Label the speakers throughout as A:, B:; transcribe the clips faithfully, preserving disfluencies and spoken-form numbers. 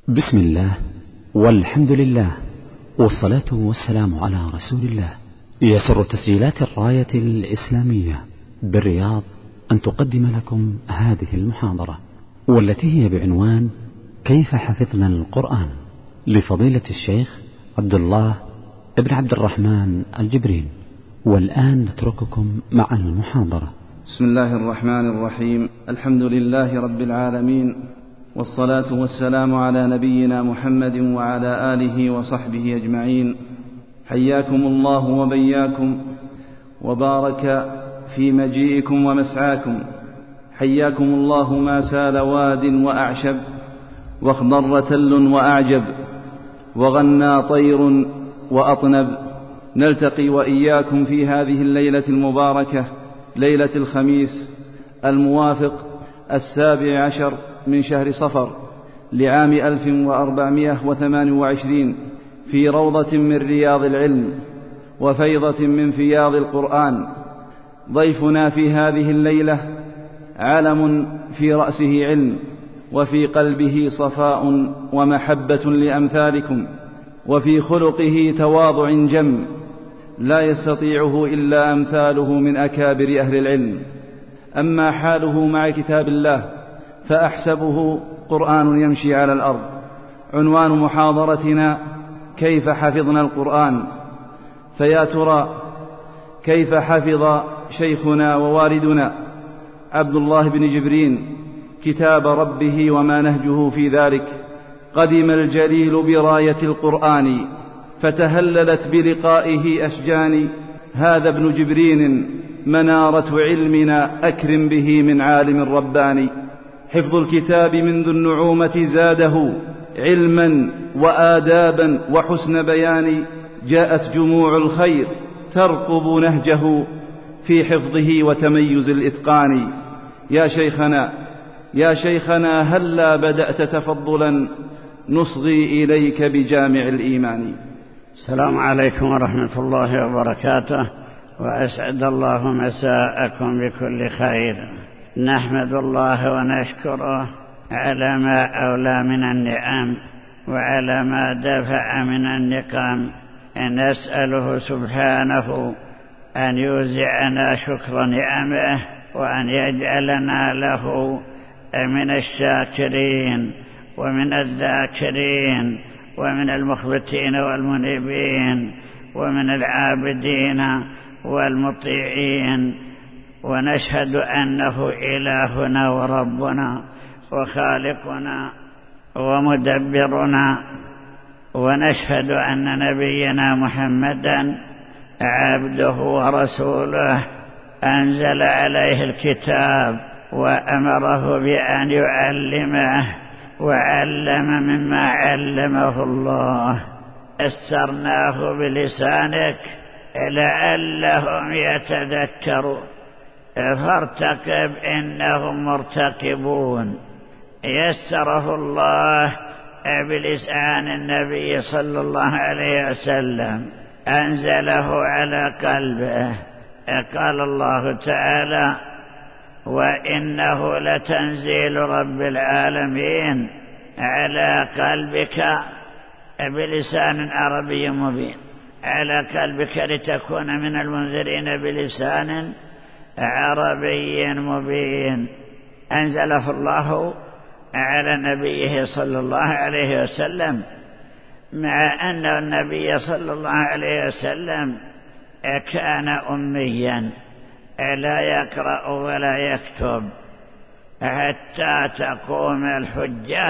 A: بسم الله والحمد لله والصلاة والسلام على رسول الله. يسر تسجيلات الراية الإسلامية بالرياض أن تقدم لكم هذه المحاضرة، والتي هي بعنوان كيف حفظنا القرآن، لفضيلة الشيخ عبد الله ابن عبد الرحمن الجبرين. والآن نترككم مع المحاضرة.
B: بسم الله الرحمن الرحيم. الحمد لله رب العالمين، والصلاة والسلام على نبينا محمد وعلى آله وصحبه أجمعين. حياكم الله وبياكم وبارك في مجيئكم ومسعاكم. حياكم الله ما سال واد وأعشب، واخضر تل وأعجب، وغنى طير وأطنب. نلتقي وإياكم في هذه الليلة المباركة، ليلة الخميس الموافق السابع عشر من شهر صفر لعام ألف وأربعمائة وثمان وعشرين، في روضة من رياض العلم وفيضة من فياض القرآن. ضيفنا في هذه الليلة علم في رأسه علم، وفي قلبه صفاء ومحبة لأمثالكم، وفي خلقه تواضع جم لا يستطيعه إلا أمثاله من أكابر أهل العلم. أما حاله مع كتاب الله فأحسبه قرآن يمشي على الأرض. عنوان محاضرتنا كيف حفظنا القرآن. فيا ترى كيف حفظ شيخنا ووالدنا عبد الله بن جبرين كتاب ربه وما نهجه في ذلك؟ قدم الجليل براية القرآن، فتهللت بلقائه أشجاني. هذا ابن جبرين منارة علمنا، أكرم به من عالم رباني. حفظ الكتاب منذ النعومة زاده علما وآدابا وحسن بيان. جاءت جموع الخير ترقب نهجه في حفظه وتميز الإتقان. يا شيخنا يا شيخنا هلا بدأت تفضلا نصغي إليك بجامع الإيمان.
C: السلام عليكم ورحمة الله وبركاته، وأسعد الله مساءكم بكل خير. نحمد الله ونشكره على ما أولى من النعم وعلى ما دفع من النقم. نسأله سبحانه أن يوزعنا شكر نعمه، وأن يجعلنا له من الشاكرين ومن الذاكرين ومن المخبتين والمنيبين ومن العابدين والمطيعين. ونشهد أنه إلهنا وربنا وخالقنا ومدبرنا. ونشهد أن نبينا محمدا عبده ورسوله، أنزل عليه الكتاب وأمره بأن يعلمه وعلم مما علمه الله. أسترناه بلسانك لعلهم يتذكرون، فارتقب إنهم مرتقبون. يسره الله بلسان النبي صلى الله عليه وسلم، أنزله على قلبه. قال الله تعالى: وإنه لتنزيل رب العالمين على قلبك بلسان عربي مبين، على قلبك لتكون من المنذرين بلسان عربي مبين. أنزله الله على نبيه صلى الله عليه وسلم، مع أن النبي صلى الله عليه وسلم كان أميا لا يقرأ ولا يكتب حتى تقوم الحجة.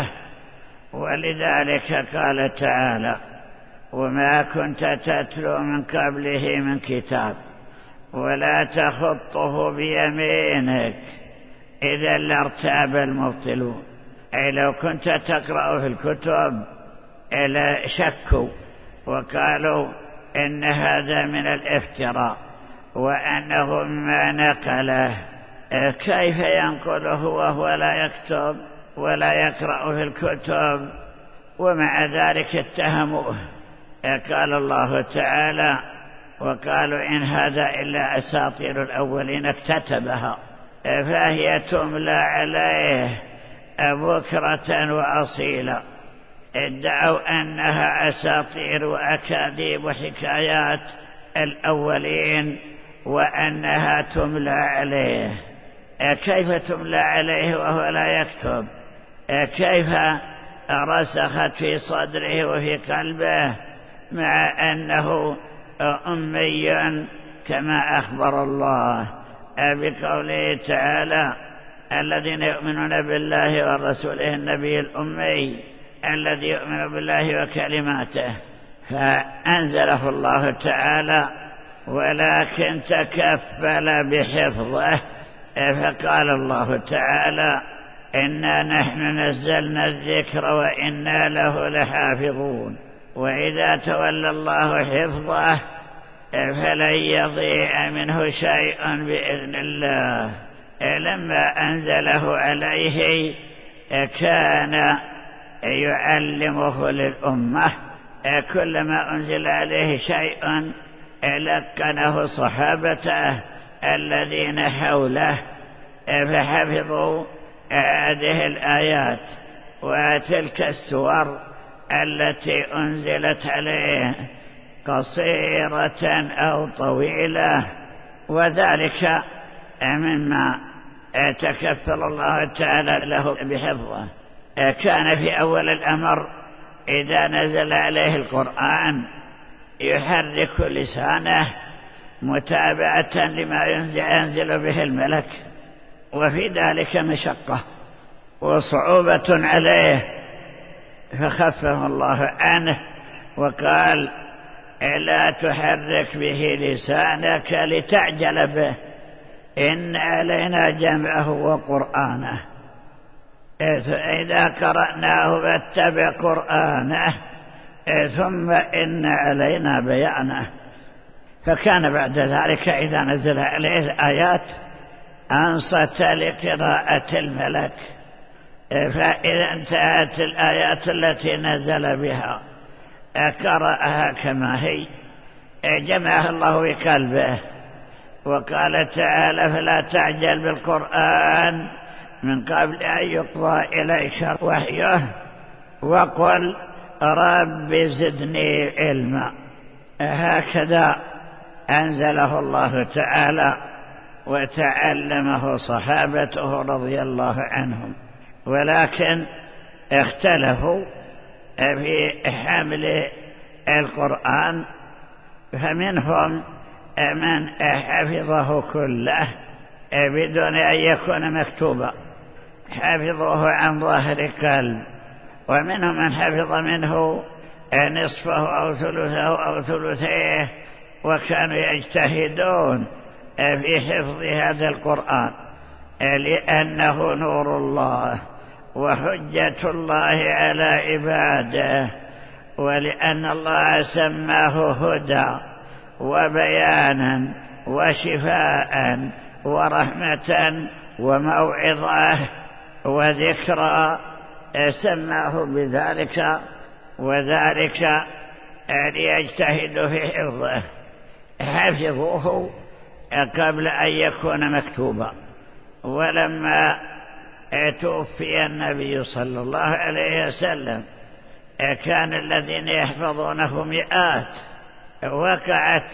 C: ولذلك قال تعالى: وما كنت تتلو من قبله من كتاب ولا تخطه بيمينك إذا لارتاب المبطلون. أي لو كنت تقرأ في الكتب إلا شكوا وقالوا إن هذا من الافتراء وأنه ما نقله. كيف ينقله وهو لا يكتب ولا يقرأ في الكتب؟ ومع ذلك اتهموه. قال الله تعالى: وقالوا إن هذا إلا أساطير الأولين اكتتبها فهي تملى عليه بكرة وأصيلا. ادعوا أنها أساطير وأكاذيب وحكايات الأولين وأنها تملى عليه. كيف تملى عليه وهو لا يكتب؟ كيف رسخت في صدره وفي قلبه مع أنه أمي كما أخبر الله بقوله تعالى: الذين يؤمنون بالله ورسوله النبي الأمي الذي يؤمن بالله وكلماته، فأنزله الله تعالى ولكن تكفل بحفظه، فقال الله تعالى: إنا نحن نزلنا الذكر وإنا له لحافظون. وإذا تولى الله حفظه فلن يضيع منه شيء بإذن الله. لما أنزله عليه كان يعلمه للأمة، كلما أنزل عليه شيء لقنه صحابته الذين حوله فحفظوا هذه الآيات وتلك السور التي أنزلت عليه قصيرة أو طويلة، وذلك مما تكفل الله تعالى له بحفظه. كان في أول الأمر إذا نزل عليه القرآن يحرك لسانه متابعة لما ينزل به الملك، وفي ذلك مشقة وصعوبة عليه، فخفف الله عنه وقال: لا تحرك به لسانك لتعجل به، إن علينا جمعه وقرآنه، إذا قرأناه فاتبع قرآنه ثم إن علينا بيانه. فكان بعد ذلك إذا نزل عليه الآيات أنصت لقراءة الملك، فإذا انتهت الآيات التي نزل بها قرأها كما هي، جمعها الله في قلبه. وقال تعالى: فلا تعجل بالقرآن من قبل أن يقضى إليك وحيه وقل رب زدني علما. هكذا أنزله الله تعالى وتعلمه صحابته رضي الله عنهم. ولكن اختلفوا في حمل القرآن، فمنهم من حفظه كله بدون أن يكون مكتوبا، حفظوه عن ظاهر قلب، ومنهم من حفظ منه نصفه أو ثلثه أو ثلثيه، وكانوا يجتهدون في حفظ هذا القرآن لأنه نور الله وحجة الله على عباده، ولأن الله سماه هدى وبيانا وشفاء ورحمة وموعظة وذكرى، سماه بذلك، وذلك ليجتهد في حفظه. حفظوه قبل أن يكون مكتوبا، ولما توفي النبي صلى الله عليه وسلم كان الذين يحفظونه مئات. وقعت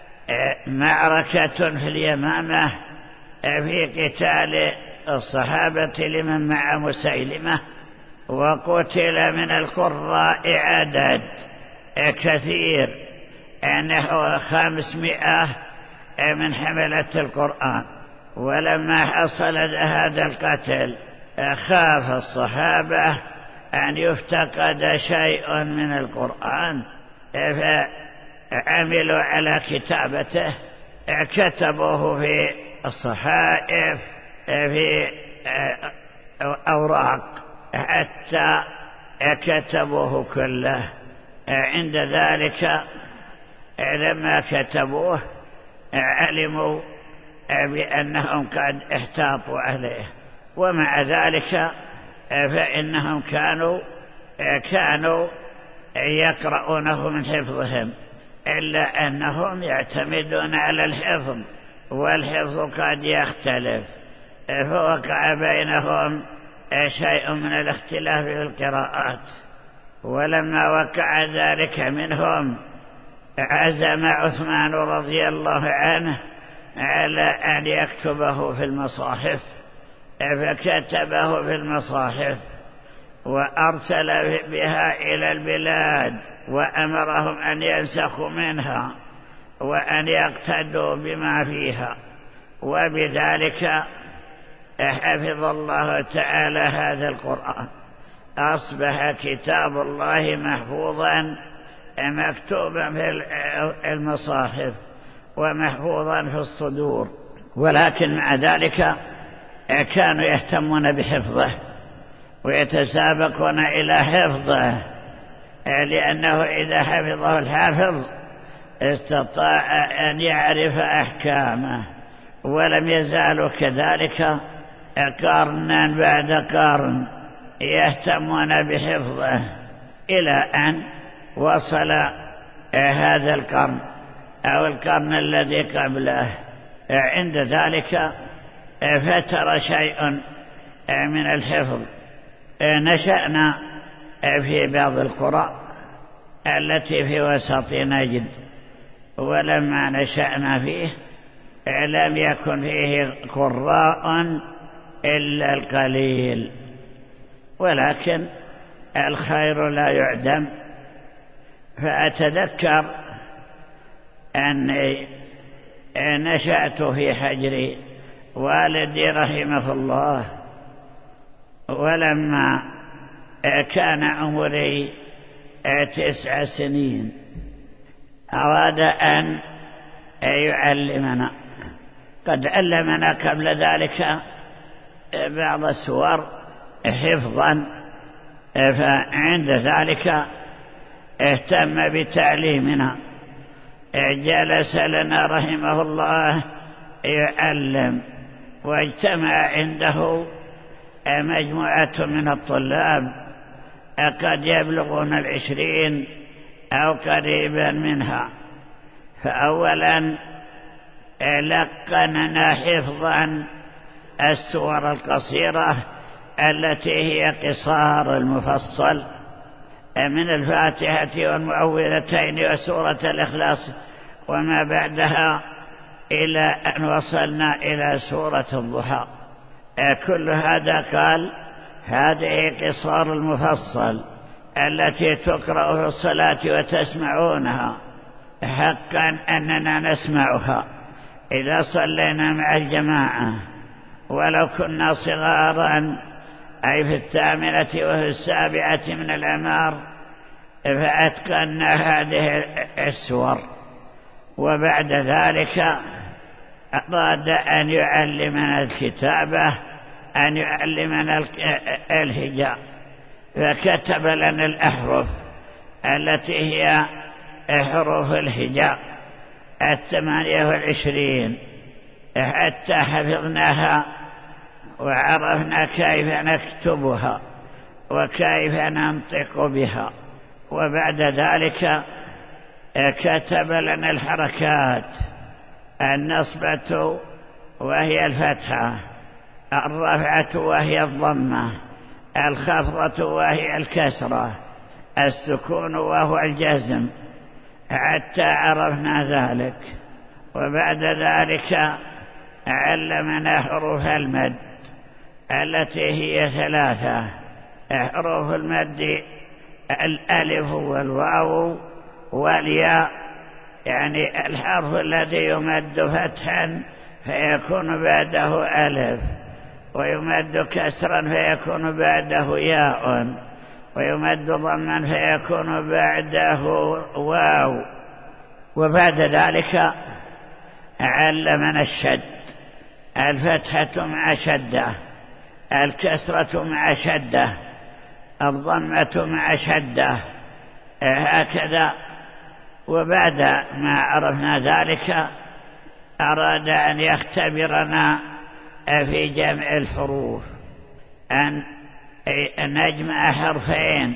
C: معركة في اليمامة في قتال الصحابة لمن مع مسيلمة، وقتل من القراء عدد كثير، نحو خمسمائة من حملة القرآن. ولما حصل هذا القتل خاف الصحابة أن يفتقد شيء من القرآن، فعملوا على كتابته، كتبوه في الصحائف في أوراق حتى كتبوه كله. عند ذلك لما كتبوه علموا بأنهم قد احتاطوا عليه، ومع ذلك فإنهم كانوا كانوا يقرؤونه من حفظهم، إلا أنهم يعتمدون على الحفظ، والحفظ قد يختلف، فوقع بينهم شيء من الاختلاف في القراءات. ولما وقع ذلك منهم عزم عثمان رضي الله عنه على أن يكتبه في المصاحف، فكتبه في المصاحف وأرسل بها إلى البلاد وأمرهم أن ينسخوا منها وأن يقتدوا بما فيها، وبذلك حفظ الله تعالى هذا القرآن. أصبح كتاب الله محفوظا مكتوبا في المصاحف ومحفوظا في الصدور، ولكن مع ذلك كانوا يهتمون بحفظه ويتسابقون إلى حفظه، لأنه إذا حفظه الحافظ استطاع أن يعرف أحكامه، ولم يزالوا كذلك قرنا بعد قرن يهتمون بحفظه، إلى أن وصل هذا القرن أو القرن الذي قبله. عند ذلك فتر شيء من الحفظ. نشأنا في بعض القرى التي في وسط نجد، ولما نشأنا فيه لم يكن فيه قراء إلا القليل، ولكن الخير لا يعدم. فأتذكر أني نشأت في حجر والدي رحمه الله، ولما كان عمري تسع سنين أراد أن يعلمنا. قد علمنا قبل ذلك بعض السور حفظا، فعند ذلك اهتم بتعليمنا. جلس لنا رحمه الله يعلم، واجتمع عنده مجموعة من الطلاب قد يبلغون العشرين أو قريبا منها. فأولا لقننا حفظا السور القصيرة التي هي قصار المفصل من الفاتحة والمعوذتين وسورة الإخلاص وما بعدها، إلى أن وصلنا إلى سورة الضحى. كل هذا قال هذه قصار المفصل التي تقرأ في الصلاة وتسمعونها، حقا أننا نسمعها إذا صلينا مع الجماعة، ولو كنا صغارا أي في الثامنة وفي السابعة من الأعمار، فأتقنا هذه السور. وبعد ذلك أراد أن يعلمنا الكتابة، أن يعلمنا الهجاء، فكتب لنا الأحرف التي هي حروف الهجاء الثمانية والعشرين، حتى حفظناها وعرفنا كيف نكتبها وكيف ننطق بها. وبعد ذلك كتب لنا الحركات: النصبة وهي الفتحة، الرفعة وهي الضمة، الخفضة وهي الكسرة، السكون وهو الجزم، حتى عرفنا ذلك. وبعد ذلك علمنا حروف المد التي هي ثلاثة. حروف المد الألف والواو والياء، يعني الحرف الذي يمد فتحا فيكون بعده ألف، ويمد كسرا فيكون بعده ياء، ويمد ضما فيكون بعده واو. وبعد ذلك علمنا الشد: الفتحة مع شدة، الكسرة مع شدة، الضمة مع شدة، هكذا. وبعد ما عرفنا ذلك أراد أن يختبرنا في جمع الحروف، أن نجمع حرفين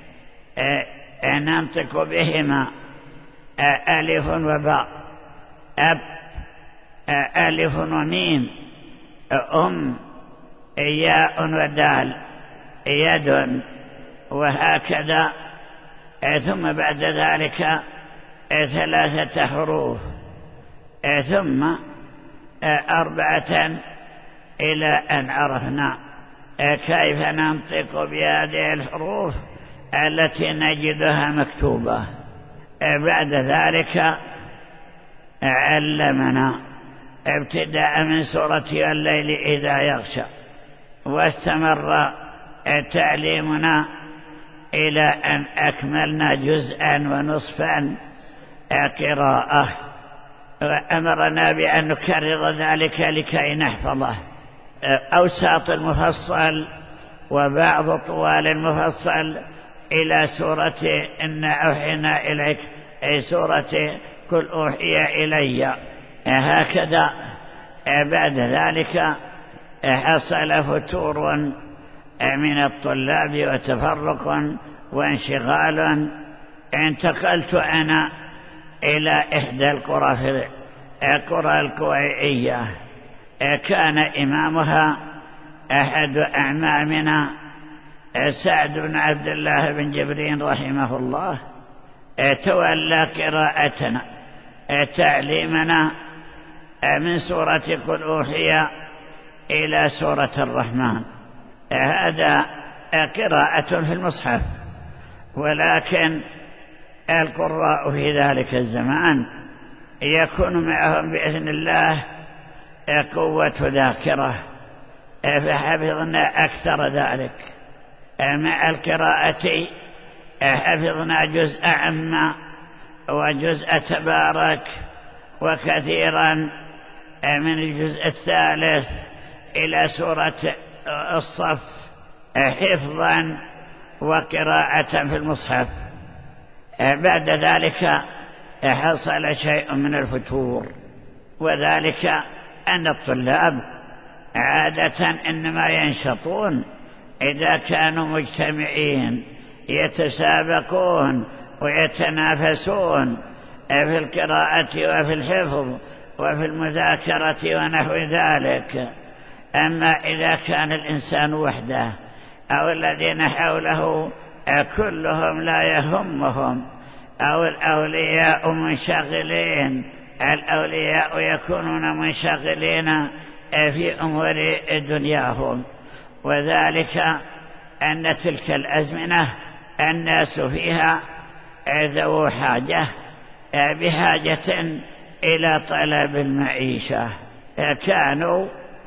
C: ننطق بهما: ألف وباء، أب، ألف وميم، أم، ياء ودال، يد، وهكذا ثم بعد ذلك ثلاثة حروف ثم أربعة إلى أن عرفنا كيف ننطق بهذه الحروف التي نجدها مكتوبة. بعد ذلك علمنا ابتداء من سورة الليل إذا يغشى، واستمر تعليمنا إلى أن أكملنا جزءا ونصفا قراءة، وأمرنا بأن نكرر ذلك لكي نحفظه. أوساط المفصل وبعض طوال المفصل إلى سورة إن أوحينا إليك، أي سورة قل أوحي إلي. هكذا بعد ذلك حصل فتور من الطلاب وتفرق وانشغال. انتقلت أنا إلى إحدى القرى في القرى الكويتية، كان إمامها أحد أعمامنا سعد بن عبد الله بن جبرين رحمه الله، تولى قراءتنا تعليمنا من سورة قل أوحي إلى سورة الرحمن. هذا قراءة في المصحف، ولكن القراء في ذلك الزمان يكون معهم بإذن الله قوة ذاكرة، فحفظنا أكثر ذلك. مع القراءة حفظنا جزء عما وجزء تبارك وكثيرا من الجزء الثالث إلى سورة الصف حفظا وقراءة في المصحف. بعد ذلك حصل شيء من الفتور، وذلك أن الطلاب عادة إنما ينشطون إذا كانوا مجتمعين يتسابقون ويتنافسون في القراءة وفي الحفظ وفي المذاكرة ونحو ذلك. أما إذا كان الإنسان وحده أو الذين حوله كلهم لا يهمهم، أو الأولياء منشغلين، الأولياء يكونون منشغلين في أمور دنياهم، وذلك أن تلك الأزمنة الناس فيها ذو حاجة بحاجة إلى طلب المعيشة. كانوا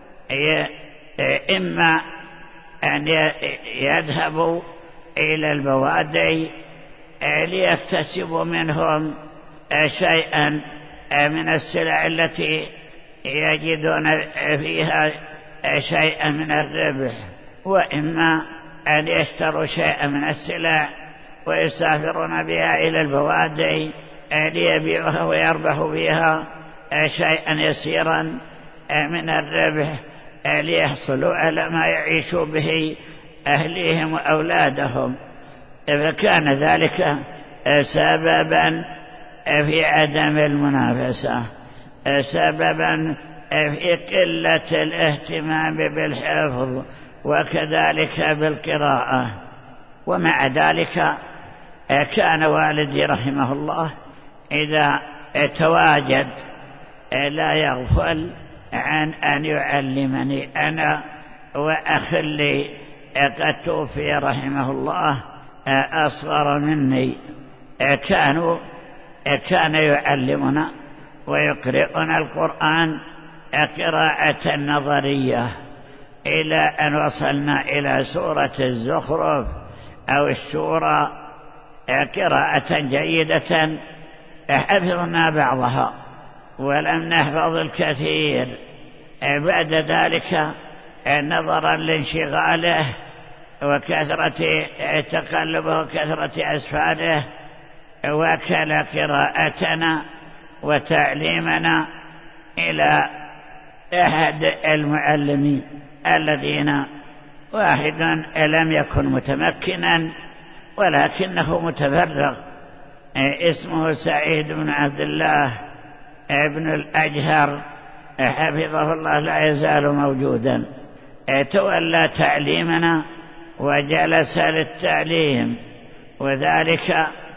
C: إما أن يذهبوا إلى البوادي ليكتسبوا منهم شيئا من السلع التي يجدون فيها شيئا من الربح، وإما أن يشتروا شيئا من السلع ويسافرون بها إلى البوادي ليبيعوها ويربحوا بها شيئا يسيرا من الربح ليحصلوا على ما يعيشوا به أهليهم وأولادهم. فكان ذلك سببا في عدم المنافسة، سببا في قلة الاهتمام بالحفظ وكذلك بالقراءة. ومع ذلك كان والدي رحمه الله إذا تواجد لا يغفل عن أن يعلمني أنا وأخلي قد توفي رحمه الله أصغر مني. كانوا كان يعلمنا ويقرئنا القرآن قراءة نظرية إلى أن وصلنا إلى سورة الزخرف أو الشورى قراءة جيدة حفظنا بعضها ولم نحفظ الكثير. بعد ذلك نظرا لانشغاله وكثرة تقلبه وكثرة أسفاره وكل قراءتنا وتعليمنا إلى أحد المعلمين الذين واحد لم يكن متمكنا ولكنه متفرغ، اسمه سعيد بن عبد الله ابن الأجهر حفظه الله لا يزال موجودا. تولى تعليمنا وجلس للتعليم، وذلك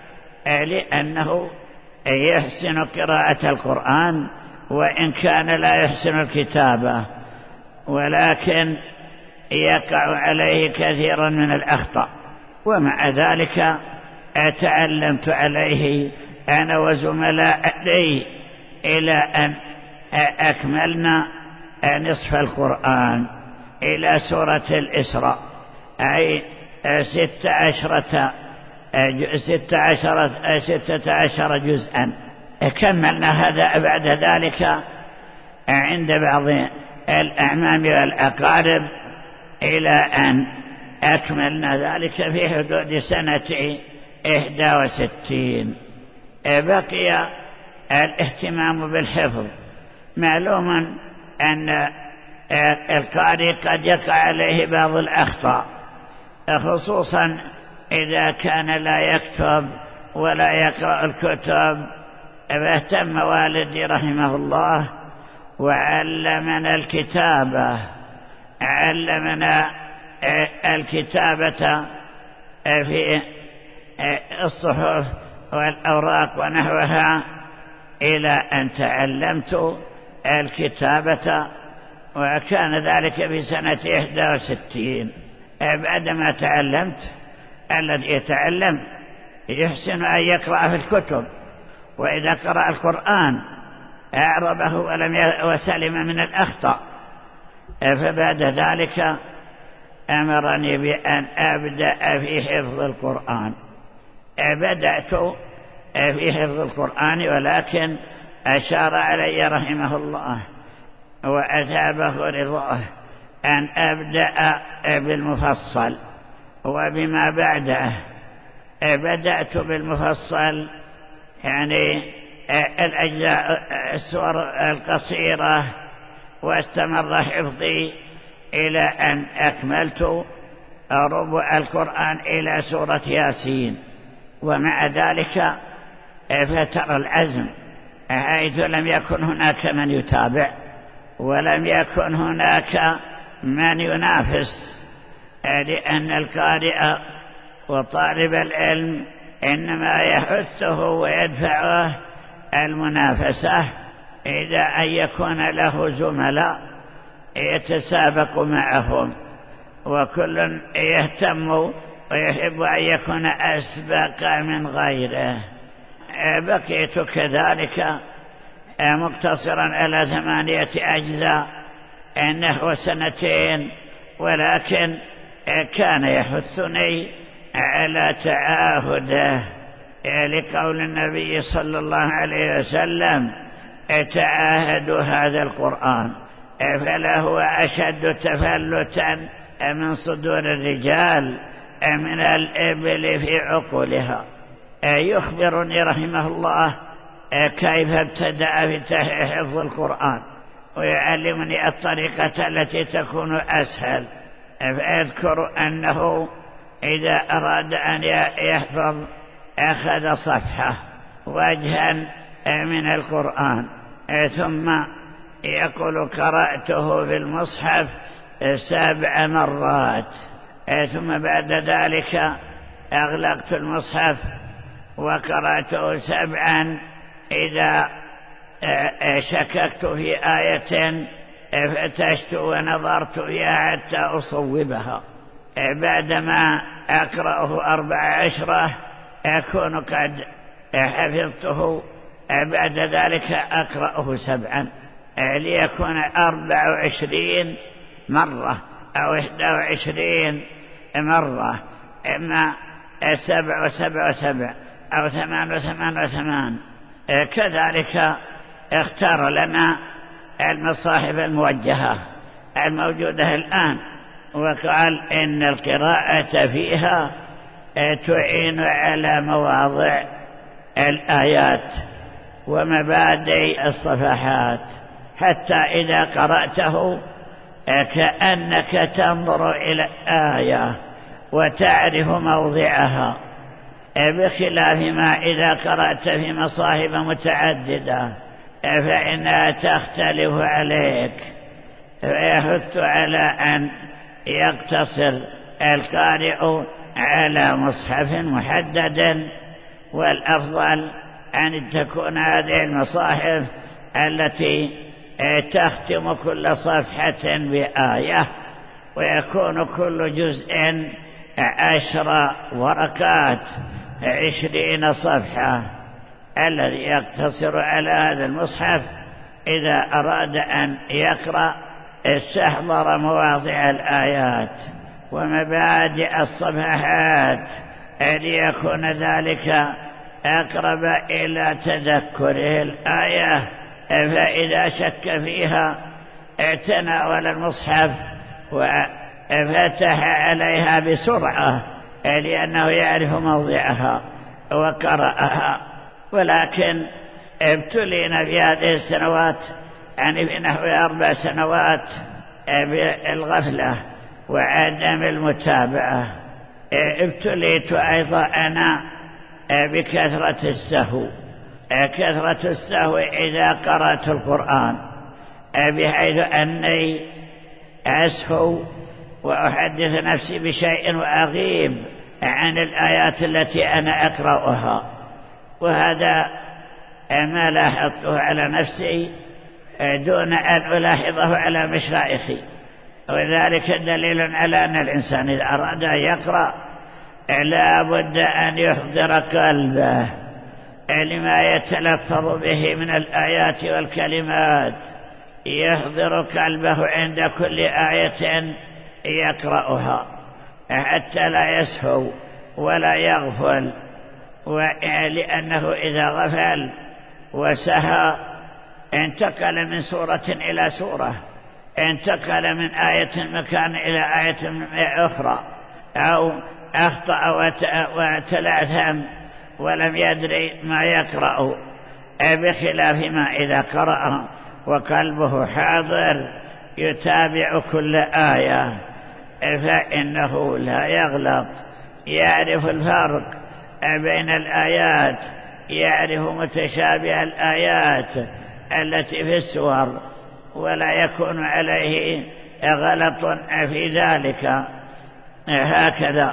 C: لأنه يحسن قراءة القرآن وإن كان لا يحسن الكتابة، ولكن يقع عليه كثيرا من الأخطاء. ومع ذلك تعلمت عليه أنا وزملائي إلى أن أكملنا نصف القرآن إلى سورة الإسراء، أي ستة عشرة ستة عشرة ستة عشر جزءا. كملنا هذا بعد ذلك عند بعض الأعمام والأقارب إلى أن أكملنا ذلك في حدود سنة إحدى وستين. بقي الاهتمام بالحفظ. معلوم أن القارئ قد يقع عليه بعض الأخطاء، خصوصا إذا كان لا يكتب ولا يقرأ الكتب. فاهتم والدي رحمه الله وعلمنا الكتابة، علمنا الكتابة في الصحف والأوراق ونحوها إلى أن تعلمت الكتابة، وكان ذلك في سنة إحدى وستين. بعدما تعلمت، الذي يتعلم يحسن أن يقرأ في الكتب، وإذا قرأ القرآن أعربه ولم وسلم من الأخطاء. فبعد ذلك أمرني بأن أبدأ في حفظ القرآن. بدأت في حفظ القرآن، ولكن أشار علي رحمه الله وأثابه رضاه أن أبدأ بالمفصل وبما بعده. بدأت بالمفصل، يعني الأجزاء السور القصيرة، واستمر حفظي إلى أن أكملت ربع القرآن إلى سورة ياسين. ومع ذلك فتر العزم، حيث لم يكن هناك من يتابع ولم يكن هناك من ينافس، لأن القارئ وطالب العلم إنما يحثه ويدفعه المنافسة إذا أن يكون له زملاء يتسابق معهم، وكل يهتم ويحب أن يكون أسبق من غيره. بقيت كذلك مقتصرا على ثمانية أجزاء نحو سنتين، ولكن كان يحثني على تعاهده، لقول النبي صلى الله عليه وسلم: تعاهدوا هذا القرآن فلا هو أشد تفلتا من صدور الرجال من الإبل في عقولها. يخبرني رحمه الله كيف ابتدأ في حفظ القرآن، ويعلمني الطريقة التي تكون أسهل. فأذكر أنه إذا أراد أن يحفظ أخذ صفحة وجها من القرآن، ثم يقول: قرأته في المصحف سبع مرات، ثم بعد ذلك أغلقت المصحف وقرأته سبعا. إذا شككت في آية فتشت ونظرت فيها حتى أصوبها. بعدما أقرأه أربع عشرة أكون قد حفظته. بعد ذلك أقرأه سبعا ليكون أربع وعشرين مرة أو إحدى وعشرين مرة، إما سبع وسبع وسبع أو ثمان وثمان وثمان. كذلك اختار لنا المصاحف الموجهة الموجودة الآن، وقال إن القراءة فيها تعين على مواضع الآيات ومبادئ الصفحات، حتى إذا قرأته كأنك تنظر إلى آية وتعرف موضعها، بخلاف ما إذا قرأت في مصاحف متعددة فإنها تختلف عليك. فيحث على أن يقتصر القارئ على مصحف محدد والأفضل أن تكون هذه المصاحف التي تختم كل صفحة بآية، ويكون كل جزء عشر ورقات عشرين صفحة. الذي يقتصر على هذا المصحف إذا أراد أن يقرأ استحضر مواضع الآيات ومبادئ الصفحات ليكون ذلك أقرب إلى تذكره الآية، فإذا شك فيها تناول المصحف وفتح عليها بسرعة لأنه يعرف موضعها وقرأها. ولكن ابتلينا في هذه السنوات، يعني في نحو أربع سنوات، بالغفلة وعدم المتابعة. ابتليت أيضا أنا بكثرة السهو، كثرة السهو إذا قرأت القرآن، بحيث أني أسهو وأحدث نفسي بشيء وأغيب عن الآيات التي أنا أقرأها، وهذا ما لاحظته على نفسي دون أن ألاحظه على مشايخي. وذلك دليل على أن الإنسان إذا أراد أن يقرأ لا بد أن يحضر قلبه لما يتلفظ به من الآيات والكلمات، يحضر قلبه عند كل آية يقرأها حتى لا يسهو ولا يغفل، لأنه إذا غفل وسهى انتقل من سورة إلى سورة، انتقل من آية مكان إلى آية أخرى، أو أخطأ وتلعثم ولم يدري ما يقرأ، بخلاف ما إذا قرأ وقلبه حاضر يتابع كل آية فإنه لا يغلط، يعرف الفرق بين الآيات، يعرف متشابه الآيات التي في السور، ولا يكون عليه غلط في ذلك. هكذا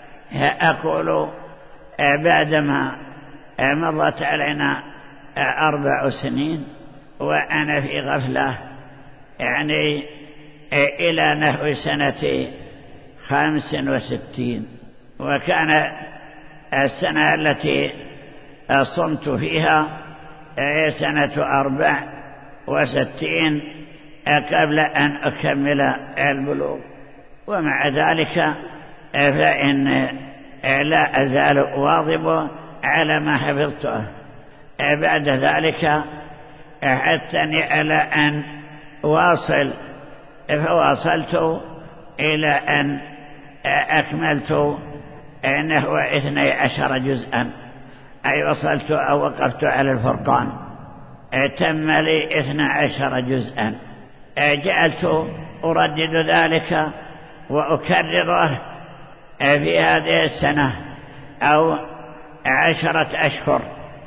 C: أقول بعدما مضت علينا أربع سنين وأنا في غفلة، يعني إلى نحو سنة خمس وستين، وكان السنة التي صمت فيها هي سنة أربع وستين قبل أن أكمل البلوغ. ومع ذلك فإن لا أزال واظب على ما حفظته. بعد ذلك حثني على أن واصل، فواصلت إلى أن أكملت نحو اثني عشر جزءا، أي وصلت أو وقفت على الفرقان، تم لي اثني عشر جزءا. جعلت أردد ذلك وأكرره في هذه السنة أو عشرة أشهر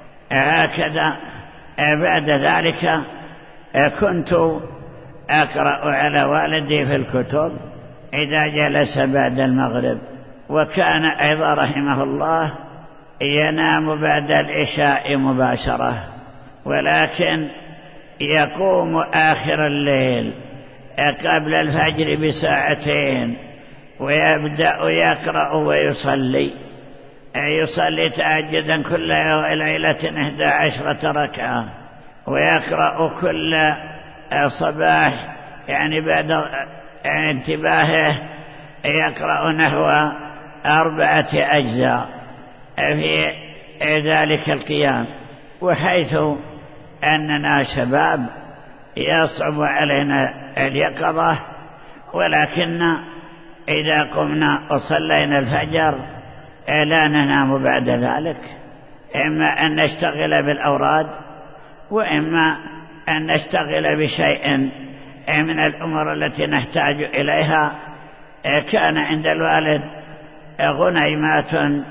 C: هكذا. بعد ذلك كنت أقرأ على والدي في الكتب إذا جلس بعد المغرب، وكان أيضا رحمه الله ينام بعد العشاء مباشرة، ولكن يقوم آخر الليل قبل الفجر بساعتين ويبدأ يقرأ ويصلي، يصلي تهجدا كل ليلة إحدى عشرة ركعة، ويقرأ كل صباح يعني بعد انتباهه يقرأ نحو أربعة أجزاء في ذلك القيام. وحيث أننا شباب يصعب علينا اليقظة، ولكن إذا قمنا وصلينا الفجر لا ننام بعد ذلك، إما أن نشتغل بالأوراد وإما أن نشتغل بشيء من الأمور التي نحتاج إليها. كان عند الوالد غنيمات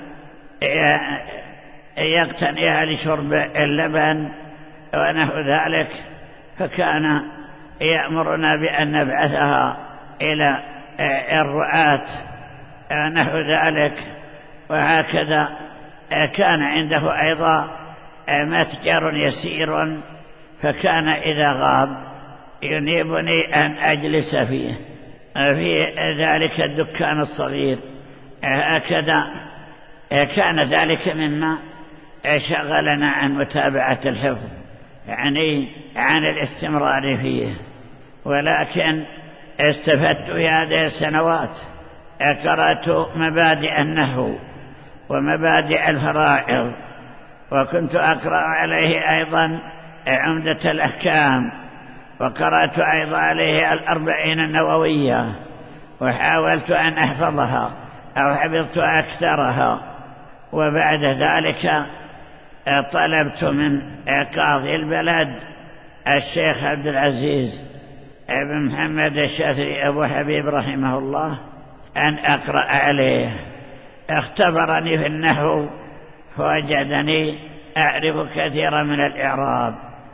C: يقتنيها لشرب اللبن ونحو ذلك، فكان يأمرنا بأن نبعثها إلى الرعاة نحو ذلك. وهكذا كان عنده أيضا متجر يسير، فكان إذا غاب ينيبني أن أجلس فيه في ذلك الدكان الصغير. هكذا كان ذلك مما شغلنا عن متابعة الحفظ، يعني عن الاستمرار فيه. ولكن استفدت في هذه السنوات، قرأت مبادئ النحو ومبادئ الفرائض، وكنت أقرأ عليه أيضا عمدة الأحكام، وقرأت أيضا عليه الأربعين النووية، وحاولت أن أحفظها أو حفظت أكثرها. وبعد ذلك طلبت من قاضي البلد الشيخ عبد العزيز بن محمد الشافعي أبو حبيب رحمه الله أن أقرأ عليه. اختبرني في النحو فوجدني أعرف كثيرا من الإعراب،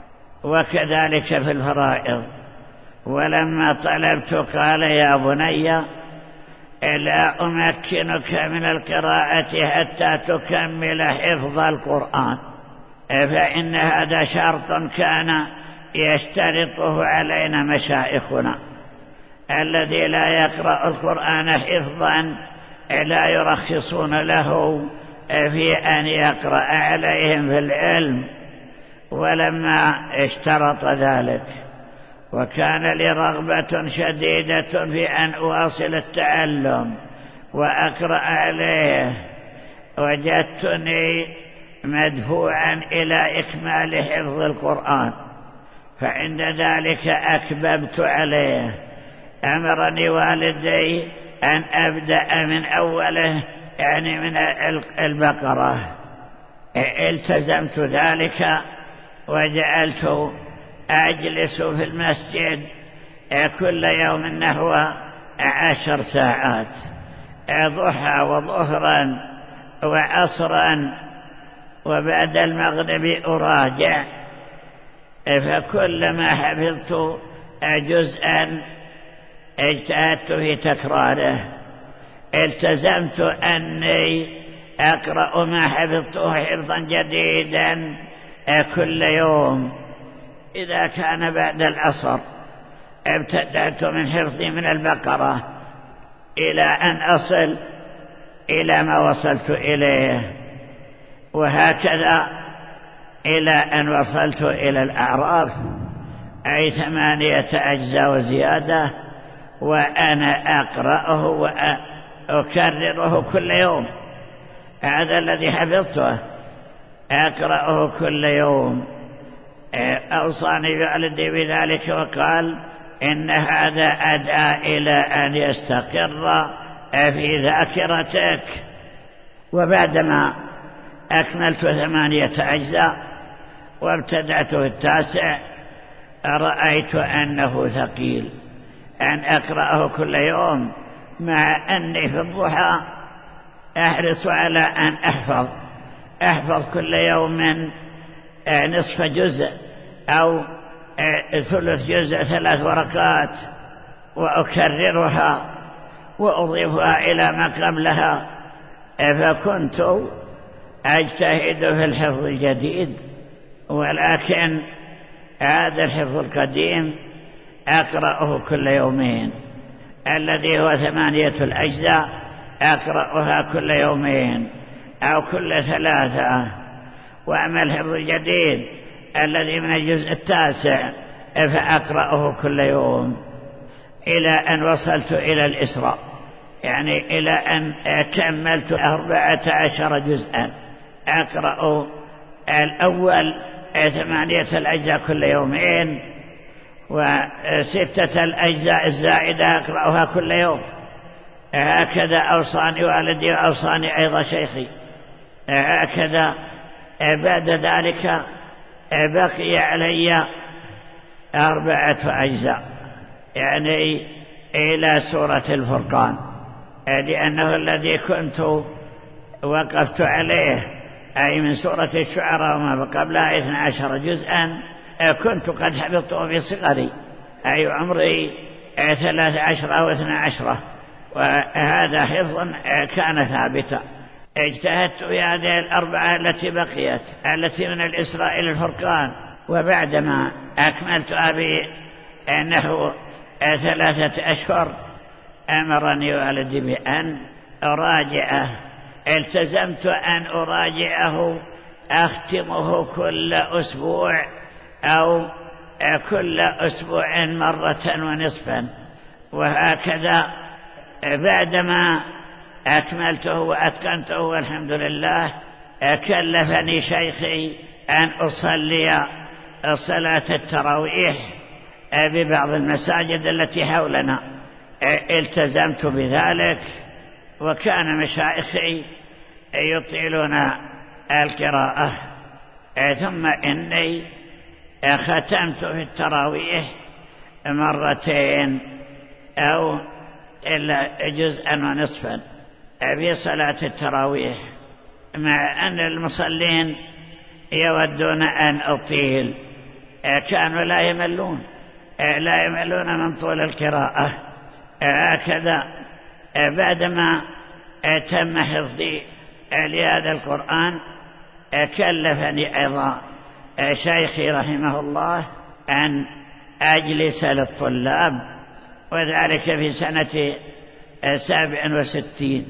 C: وكذلك في الفرائض. ولما طلبت قال: يا بني لا أمكنك من القراءة حتى تكمل حفظ القرآن، فإن هذا شرط كان يشترطه علينا مشايخنا. الذي لا يقرأ القرآن حفظا لا يرخصون له في أن يقرأ عليهم في العلم. ولما اشترط ذلك وكان لي رغبة شديدة في أن أواصل التعلم وأقرأ عليه، وجدتني مدفوعا إلى إكمال حفظ القرآن. فعند ذلك أكببت عليه. أمرني والدي أن أبدأ من أوله، يعني من البقرة. التزمت ذلك وجعلت أجلس في المسجد كل يوم نحو عشر ساعات، ضحى وظهرا وعصرا، وبعد المغرب أراجع. فكلما حفظت جزءا اجتهدت في تكراره. التزمت أني أقرأ ما حفظته حفظا جديدا كل يوم. إذا كان بعد العصر ابتدأت من حفظي من البقرة إلى أن أصل إلى ما وصلت إليه، وهكذا إلى أن وصلت إلى الأعراف، أي ثمانية أجزاء وزيادة، وأنا أقرأه وأكرره كل يوم. هذا الذي حفظته أقرأه كل يوم. أوصاني والدي بذلك وقال: إن هذا أدعى إلى أن يستقر في ذاكرتك. وبعدما أكملت ثمانية أجزاء وابتدأت في التاسع، رأيت أنه ثقيل أن أقرأه كل يوم، مع أني في الضحى أحرص على أن أحفظ أحفظ كل يوم من نصف جزء أو ثلث جزء، ثلاث ورقات، وأكررها وأضيفها إلى ما قبلها. فكنت أجتهد في الحفظ الجديد. ولكن هذا الحفظ القديم أقرأه كل يومين، الذي هو ثمانية الأجزاء أقرأها كل يومين أو كل ثلاثة. وأما الحفظ الجديد الذي من الجزء التاسع فأقرأه كل يوم، إلى أن وصلت إلى الإسراء، يعني إلى أن كملت أربعة عشر جزءا. أقرأ الأول ثمانية الأجزاء كل يومين، وستة الأجزاء الزائدة أقرأها كل يوم. هكذا أوصاني والدي وأوصاني أيضا شيخي. هكذا بعد ذلك بقي علي أربعة أجزاء، يعني إلى سورة الفرقان، لأنه الذي كنت وقفت عليه، أي من سورة الشعراء وما قبلها اثنا عشر جزءا، كنت قد حفظته في صغري، أي عمري ثلاث عشرة أو اثنى عشرة، وهذا حفظ كان ثابتا. اجتهدت في هذه الأربعة التي بقيت التي من الإسراء إلى الفرقان، وبعدما أكملتها بأنه ثلاثة أشهر أمرني والدي بأن أراجعه. التزمت أن أراجعه أختمه كل أسبوع أو كل أسبوع مرة ونصفا، وهكذا بعدما أكملته وأتقنته والحمد لله كلفني شيخي أن أصلي صلاة التراويح ببعض المساجد التي حولنا. التزمت بذلك، وكان مشايخي يطيلون القراءة. ثم إني ختمت في التراويح مرتين أو إلا جزءا ونصفا في صلاة التراويح، مع أن المصلين يودون أن أطيل، كانوا لا يملون لا يملون من طول القراءة. هكذا بعدما تم حفظي لهذا القرآن كلفني أيضا شيخي رحمه الله أن أجلس للطلاب، وذلك في سنة سابع وستين،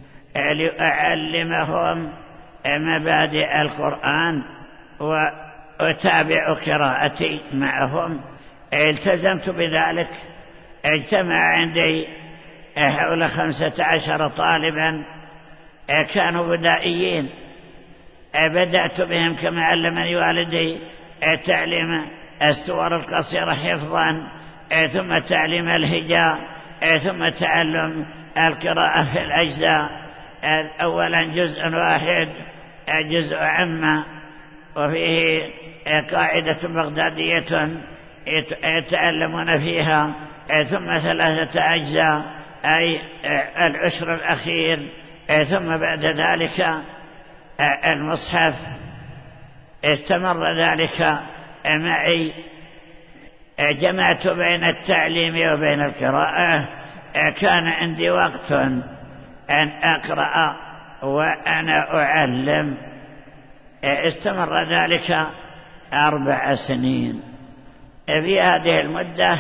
C: لأعلمهم مبادئ القرآن وأتابع قراءتي معهم. التزمت بذلك. اجتمع عندي حول خمسة عشر طالبا كانوا بدائيين، بدأت بهم كما علمني والدي تعليم السور القصيرة حفظا، ثم تعليم الهجاء، ثم تعلم القراءة في الأجزاء. أولا جزء واحد جزء عامة، وفيه قاعدة بغدادية يتعلمون فيها، ثم ثلاثة أجزاء أي العشر الأخير، ثم بعد ذلك المصحف. استمر ذلك معي، جمعت بين التعليم وبين القراءة. كان عندي وقت أن أقرأ وأنا أعلم. استمر ذلك أربع سنين. في هذه المدة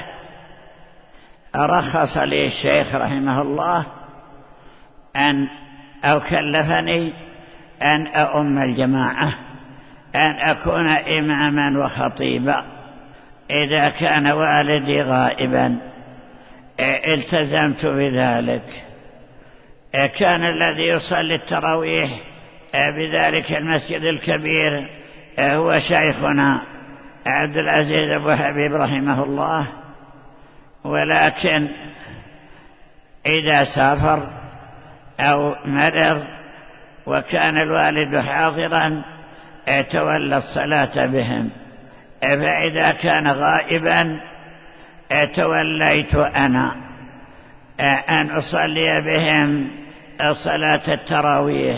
C: رخص لي الشيخ رحمه الله أن أو كلفني أن أؤم الجماعة، أن أكون إماما وخطيبا إذا كان والدي غائبا. التزمت بذلك. كان الذي يصلي التراويح بذلك المسجد الكبير هو شيخنا عبد العزيز أبو حبيب رحمه الله، ولكن إذا سافر أو مرض وكان الوالد حاضرا تولى الصلاة بهم، فإذا كان غائبا توليت أنا أن أصلي بهم صلاة التراويح.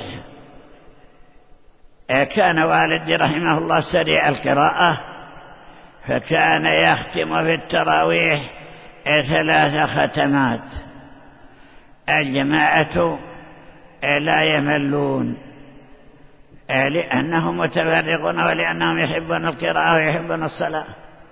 C: كان والدي رحمه الله سريع القراءة، فكان يختم في التراويح ثلاث ختمات. الجماعة لا يملون لأنهم متفرغون ولأنهم يحبون القراءة ويحبون الصلاة.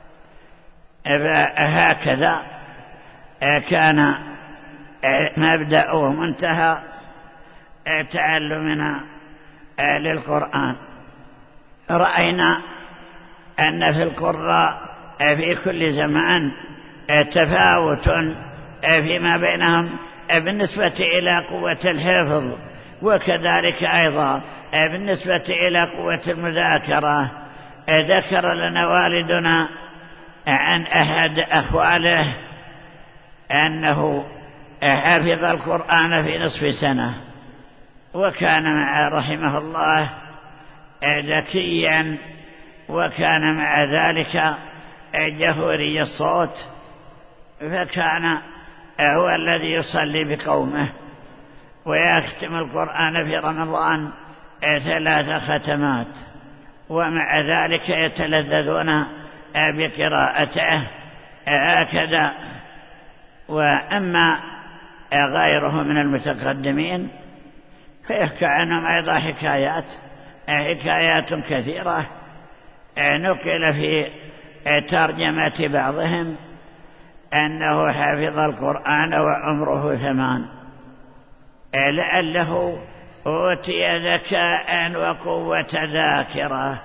C: هكذا كان مبدأ ومنتهى تعلمنا للقرآن. رأينا أن في القراء في كل زمان تفاوت فيما بينهم بالنسبة إلى قوة الحفظ، وكذلك أيضا بالنسبة إلى قوة المذاكرة. ذكر لنا والدنا عن أحد أخواله أنه حفظ القرآن في نصف سنة، وكان مع رحمه الله ذكيا، وكان مع ذلك جهوري الصوت، فكان هو الذي يصلي بقومه ويختم القرآن في رمضان ثلاث ختمات، ومع ذلك يتلذذون بقراءته هكذا. وأما غيره من المتقدمين فيحكى عنهم أيضا حكايات حكايات كثيرة نقل في ترجمة بعضهم أنه حفظ القرآن وعمره ثمان، لعله أوتي ذكاء وقوة ذاكرة.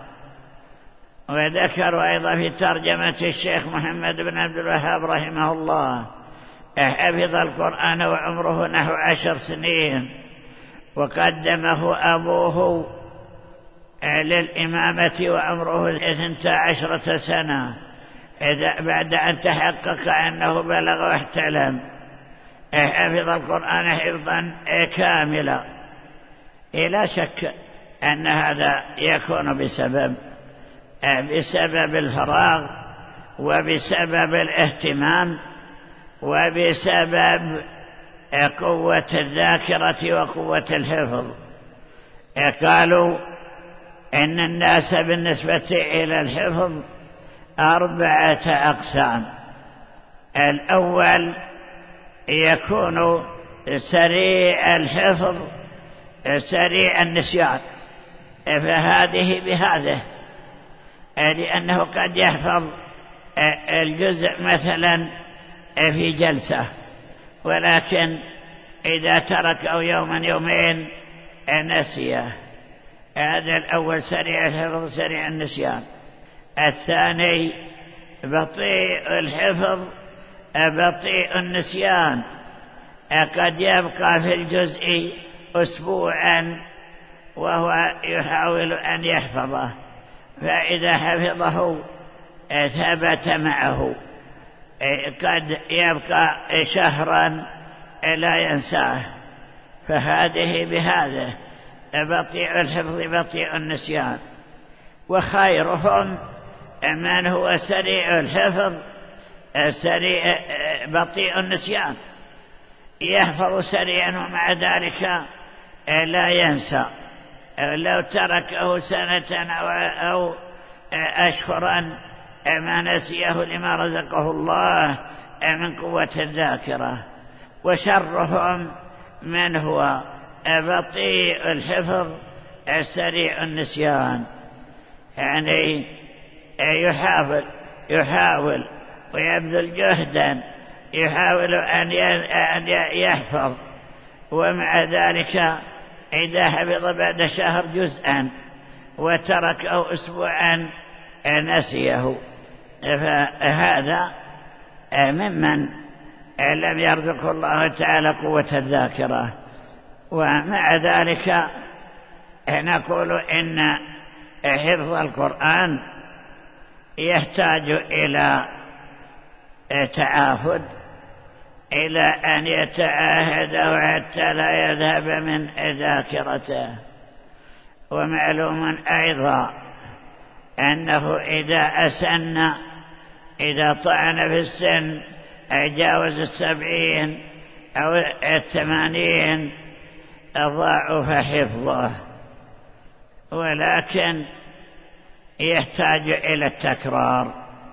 C: وذكر أيضا في ترجمة الشيخ محمد بن عبد الوهاب رحمه الله حفظ القرآن وعمره نحو عشر سنين، وقدمه أبوه للإمامة وعمره اثنتا عشرة سنة بعد أن تحقق أنه بلغ واحتلم. حفظ القرآن حفظا كاملا. لا شك أن هذا يكون بسبب بسبب الفراغ وبسبب الاهتمام وبسبب قوة الذاكرة وقوة الحفظ. قالوا إن الناس بالنسبة إلى الحفظ أربعة أقسام. الأول يكون سريع الحفظ سريع النسيان، فهذه بهذه، لأنه قد يحفظ الجزء مثلا في جلسة، ولكن إذا ترك أو يوما يومين نسيه. هذا الأول سريع الحفظ سريع النسيان. الثاني بطيء الحفظ بطيء النسيان، قد يبقى في الجزء أسبوعا وهو يحاول أن يحفظه، فإذا حفظه ثبت معه. قد يبقى شهرا لا ينساه، فهذه بهذا بطيء الحفظ بطيء النسيان. وخيرهم من هو سريع الحفظ سريع بطيء النسيان، يحفظ سريعا ومع ذلك لا ينسى. لو تركه سنة أو أشهرا ما نسيه لما رزقه الله من قوة الذاكرة. وشرهم من هو بطيء الحفظ سريع النسيان، يعني يحاول يحاول ويبذل جهدا يحاول أن يحفظ، ومع ذلك إذا حفظ بعد شهر جزءا وترك أو أسبوعا نسيه، فهذا ممن لم يرزق الله تعالى قوة الذاكرة. ومع ذلك نقول إن حفظ القرآن يحتاج إلى تعاهد، إلى أن يتعاهده حتى لا يذهب من ذاكرته. ومعلوم أيضا أنه إذا أسن إذا طعن في السن جاوز السبعين أو الثمانين ضعف حفظه، ولكن يحتاج إلى التكرار.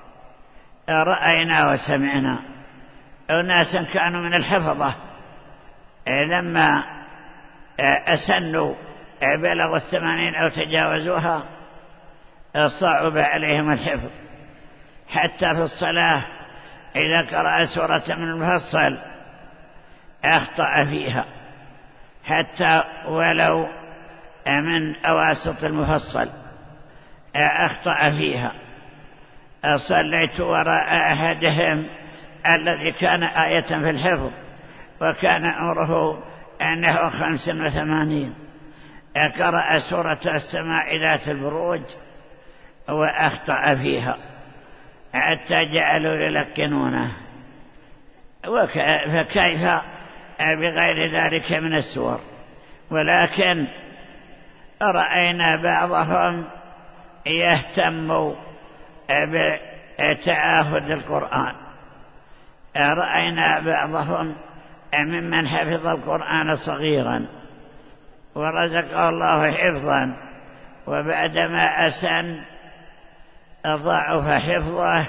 C: رأينا وسمعنا أناسا كانوا من الحفظة لما أسنوا بلغوا الثمانين أو تجاوزوها صعب عليهم الحفظ، حتى في الصلاة إذا قرأ سورة من المفصل أخطأ فيها، حتى ولو من أواسط المفصل أخطأ فيها. صليت وراء أحدهم الذي كان آية في الحفظ وكان عمره أنه خمس وثمانين، قرأ سورة السماء ذات البروج وأخطأ فيها حتى جعلوا يلقنونه، فكيف بغير ذلك من السور. ولكن رأينا بعضهم يهتم بتعاهد القرآن، رأينا بعضهم ممن حفظ القرآن صغيرا ورزقه الله حفظا، وبعدما أسن ضعف حفظه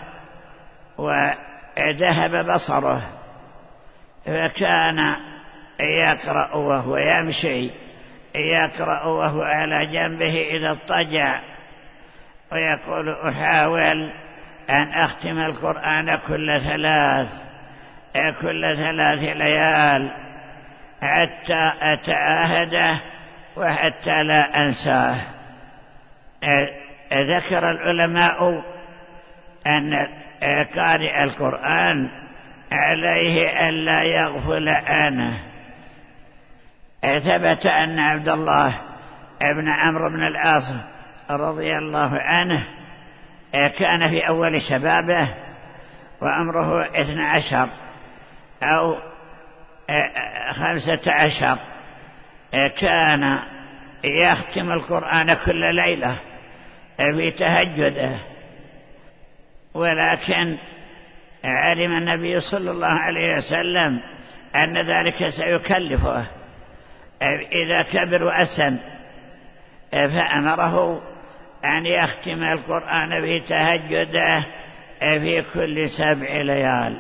C: وذهب بصره، فكان يقرأ وهو يمشي يقرأ وهو على جنبه إذا اضطجع، ويقول أحاول أن أختم القرآن كل ثلاث كل ثلاث ليال حتى أتعاهده وحتى لا أنساه. ذكر العلماء أن قارئ القرآن عليه ألا يغفل عنه. ثبت أن عبد الله ابن عمرو بن العاص رضي الله عنه كان في أول شبابه وعمره اثنى عشر أو خمسة عشر، كان يختم القرآن كل ليلة في تهجده، ولكن علم النبي صلى الله عليه وسلم أن ذلك سيكلفه إذا كبر وأسن، فأمره أن يختم القرآن في تهجده في كل سبع ليال.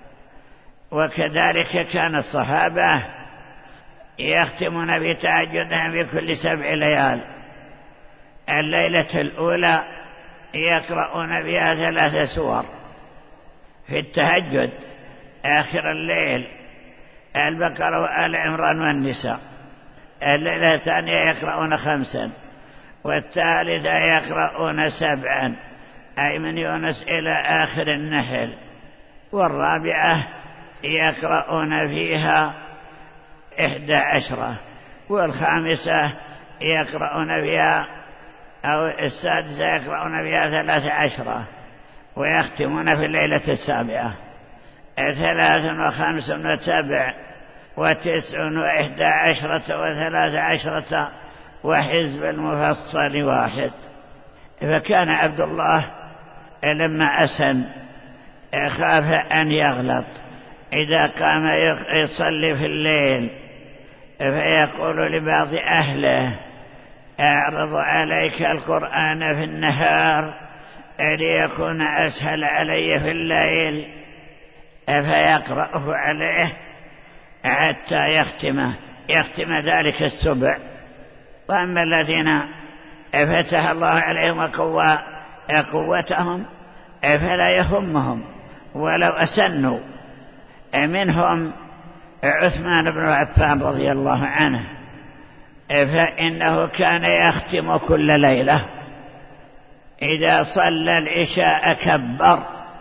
C: وكذلك كان الصحابة يختمون في تهجدهم في كل سبع ليال. الليلة الأولى يقرؤون فيها ثلاث سور في التهجد، آخر الليل البقرة وآل عمران والنساء. الليلة الثانية يقرؤون خمسا، والثالثة يقرؤون سبعا، أي من يونس إلى آخر النحل، والرابعة يقرؤون فيها إحدى عشرة، والخامسة يقرؤون فيها أو السادسة يقرؤون فيها ثلاث عشرة، ويختمون في الليلة السابعة ثلاث وخمس وسبع وتسع وإحدى عشرة وثلاث عشرة وحزب المفصل واحد. فكان عبد الله لما أسن خاف أن يغلط إذا قام يصلي في الليل، فيقول لبعض أهله أعرض عليك القرآن في النهار ليكون أسهل علي في الليل، فيقرأه عليه حتى يختمه يختم ذلك السبع. وأما الذين فتح الله عليهم وقوى قوتهم فلا يهمهم ولو أسنوا. منهم عثمان بن عفان رضي الله عنه، فإنه كان يختم كل ليلة إذا صلى العشاء كبر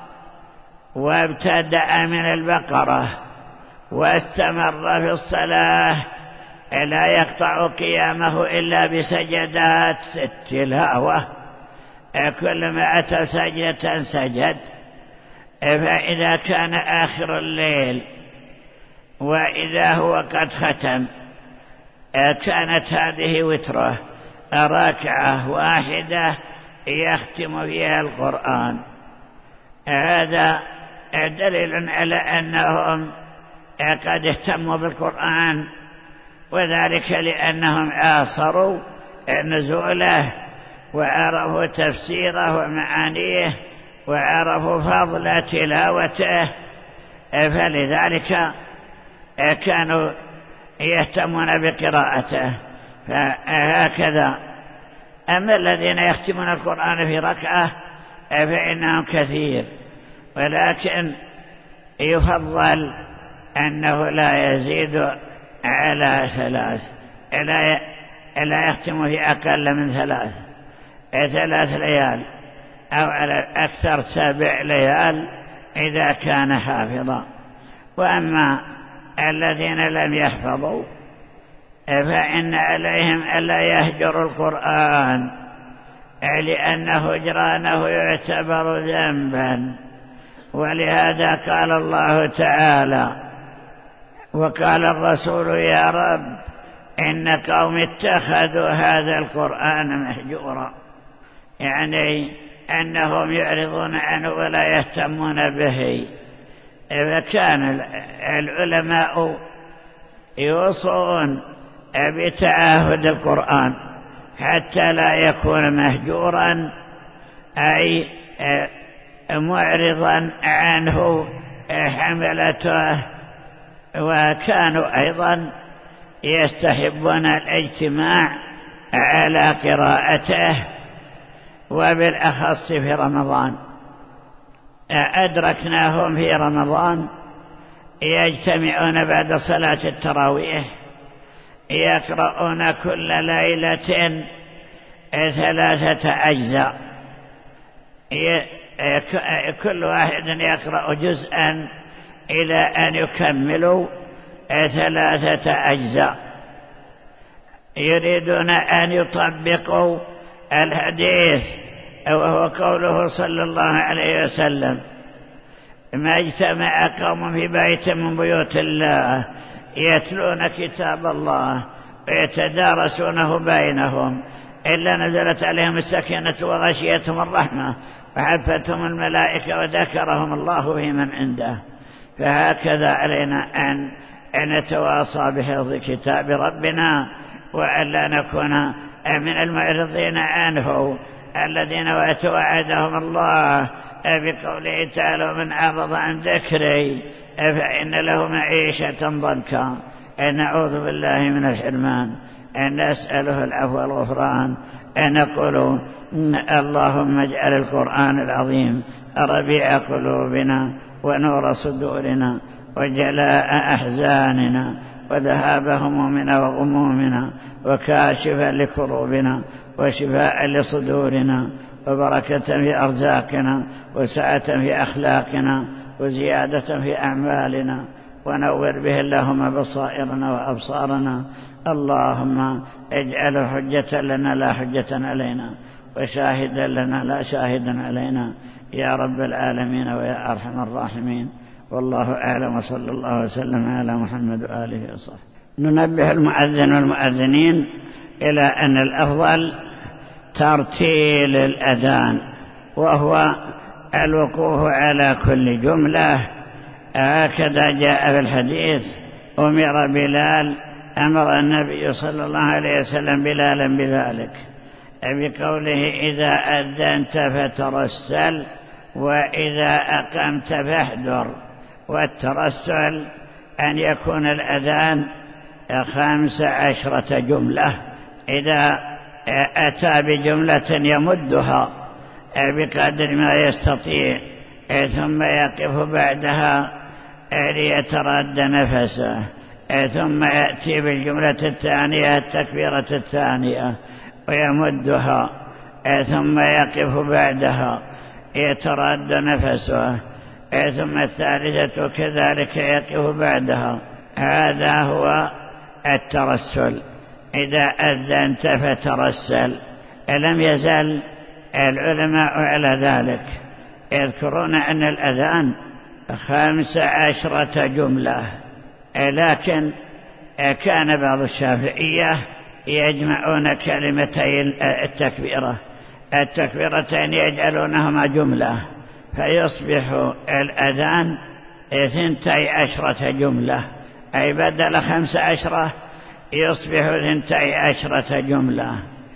C: وابتدأ من البقرة واستمر في الصلاة لا يقطع قيامه إلا بسجدات التلاوة، كلما أتى سجدة سجد. فإذا كان آخر الليل وإذا هو قد ختم كانت هذه وتره ركعة واحدة يختم فيها القرآن. هذا دليل على أنهم قد اهتموا بالقرآن، وذلك لأنهم عاصروا نزوله وعرفوا تفسيره ومعانيه وعرفوا فضل تلاوته، فلذلك كانوا يهتمون بقراءته. فهكذا. أما الذين يختمون القرآن في ركعة فإنهم كثير، ولكن يفضل أنه لا يزيد على ثلاث، لا يختم في أقل من ثلاث ثلاث ليال أو على أكثر سبع ليال إذا كان حافظا. وأما الذين لم يحفظوا فإن عليهم ألا يهجروا القرآن، لأن هجرانه يعتبر ذنبا. ولهذا قال الله تعالى: وقال الرسول يا رب إن قوم اتخذوا هذا القرآن مهجورا، يعني أنهم يعرضون عنه ولا يهتمون به. فكان العلماء يوصون بتعاهد القرآن حتى لا يكون مهجورا، أي معرضا عنه حملته. وكانوا أيضا يستحبون الاجتماع على قراءته، وبالأخص في رمضان. أدركناهم في رمضان يجتمعون بعد صلاة التراويح يقرؤون كل ليلة ثلاثة أجزاء، كل واحد يقرأ جزءا إلى أن يكملوا ثلاثة أجزاء. يريدون أن يطبقوا الحديث وهو قوله صلى الله عليه وسلم: ما اجتمع قوم في بيت من بيوت الله يتلون كتاب الله ويتدارسونه بينهم إلا نزلت عليهم السكينة وغشيتهم الرحمة وحفتهم الملائكة وذكرهم الله في من عنده. فهكذا علينا أن نتواصى بحفظ كتاب ربنا، وألا نكون من المعرضين عنه الذين وعدهم الله بقوله تعالى: ومن أعرض عن ذكري فإن له معيشة ضنكا. نعوذ بالله من الحرمان، أن نسأله العفو والغفران، أن نقول: اللهم اجعل القرآن العظيم ربيع قلوبنا ونور صدورنا وجلاء أحزاننا وذهاب همومنا وغمومنا وكاشفا لكروبنا وشفاء لصدورنا وبركة في أرزاقنا وسعة في أخلاقنا وزيادة في أعمالنا، ونور به اللهم بصائرنا وأبصارنا. اللهم اجعل حجة لنا لا حجة علينا، وشاهدا لنا لا شاهدا علينا، يا رب العالمين ويا أرحم الراحمين. والله أعلم، وصلى الله وسلم على محمد وآله وصحبه. ننبه المؤذن والمؤذنين إلى أن الأفضل ترتيل الأذان، وهو الوقوف على كل جملة، هكذا جاء في الحديث: أمر بلال أمر النبي صلى الله عليه وسلم بلالا بذلك، بقوله: إذا أذنت فترسل وإذا أقمت فاحذر. والترسل أن يكون الأذان خمس عشرة جملة، إذا أتى بجملة يمدها بقدر ما يستطيع ثم يقف بعدها ليترد نفسه، ثم يأتي بالجملة الثانية التكبيرة الثانية ويمدها، ثم يقف بعدها يترد نفسه، ثم الثالثة كذلك يقف بعدها. هذا هو الترسل. إذا أذنت فترسل. لم يزل العلماء على ذلك، يذكرون أن الأذان خمس عشرة جملة، لكن كان بعض الشافعية يجمعون كلمتي التكبيرة التكبيرتين يجعلونهما جملة، فيصبح الأذان ثنتي عشرة جملة، أي بدل خمس عشرة يصبح ثنتي عشرة جملة.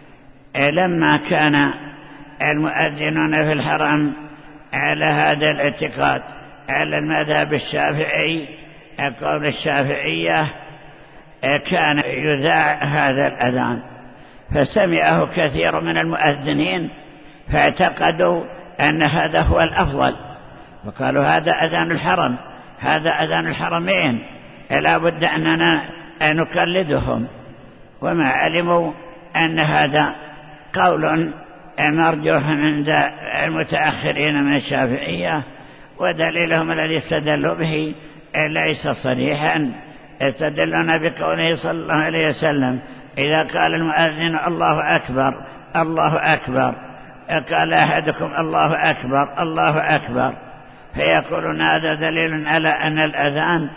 C: لما كان المؤذنون في الحرم على هذا الاعتقاد على المذهب الشافعي، قول الشافعية، كان يذاع هذا الأذان، فسمعه كثير من المؤذنين فاعتقدوا أن هذا هو الأفضل، وقالوا: هذا أذان الحرم، هذا أذان الحرمين، لا بد أننا نقلدهم. وما علموا أن هذا قول مرجوح عند المتأخرين من الشافعية، ودليلهم الذي استدلوا به ليس صريحا. يستدلون بقوله صلى الله عليه وسلم: إذا قال المؤذن الله أكبر الله أكبر، قال أحدكم الله أكبر الله أكبر، فيقولون هذا دليل على أن الأذان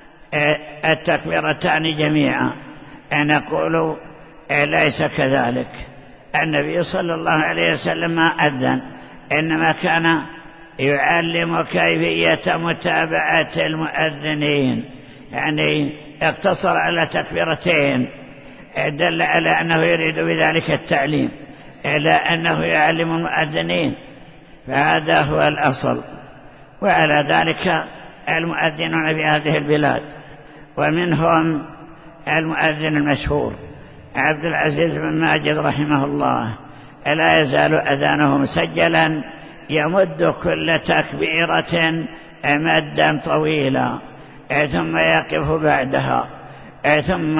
C: التكبيرتان جميعا. نقول ليس كذلك. النبي صلى الله عليه وسلم ما أذن، إنما كان يعلم كيفية متابعة المؤذنين، يعني اقتصر على تكبيرتين، دل على أنه يريد بذلك التعليم، إلى أنه يعلم المؤذنين، فهذا هو الأصل. وعلى ذلك المؤذنون في هذه البلاد، ومنهم المؤذن المشهور عبد العزيز بن ماجد رحمه الله لا يزال أذانه مسجلا يمد كل تكبيرة مدا طويلا ثم يقف بعدها. ثم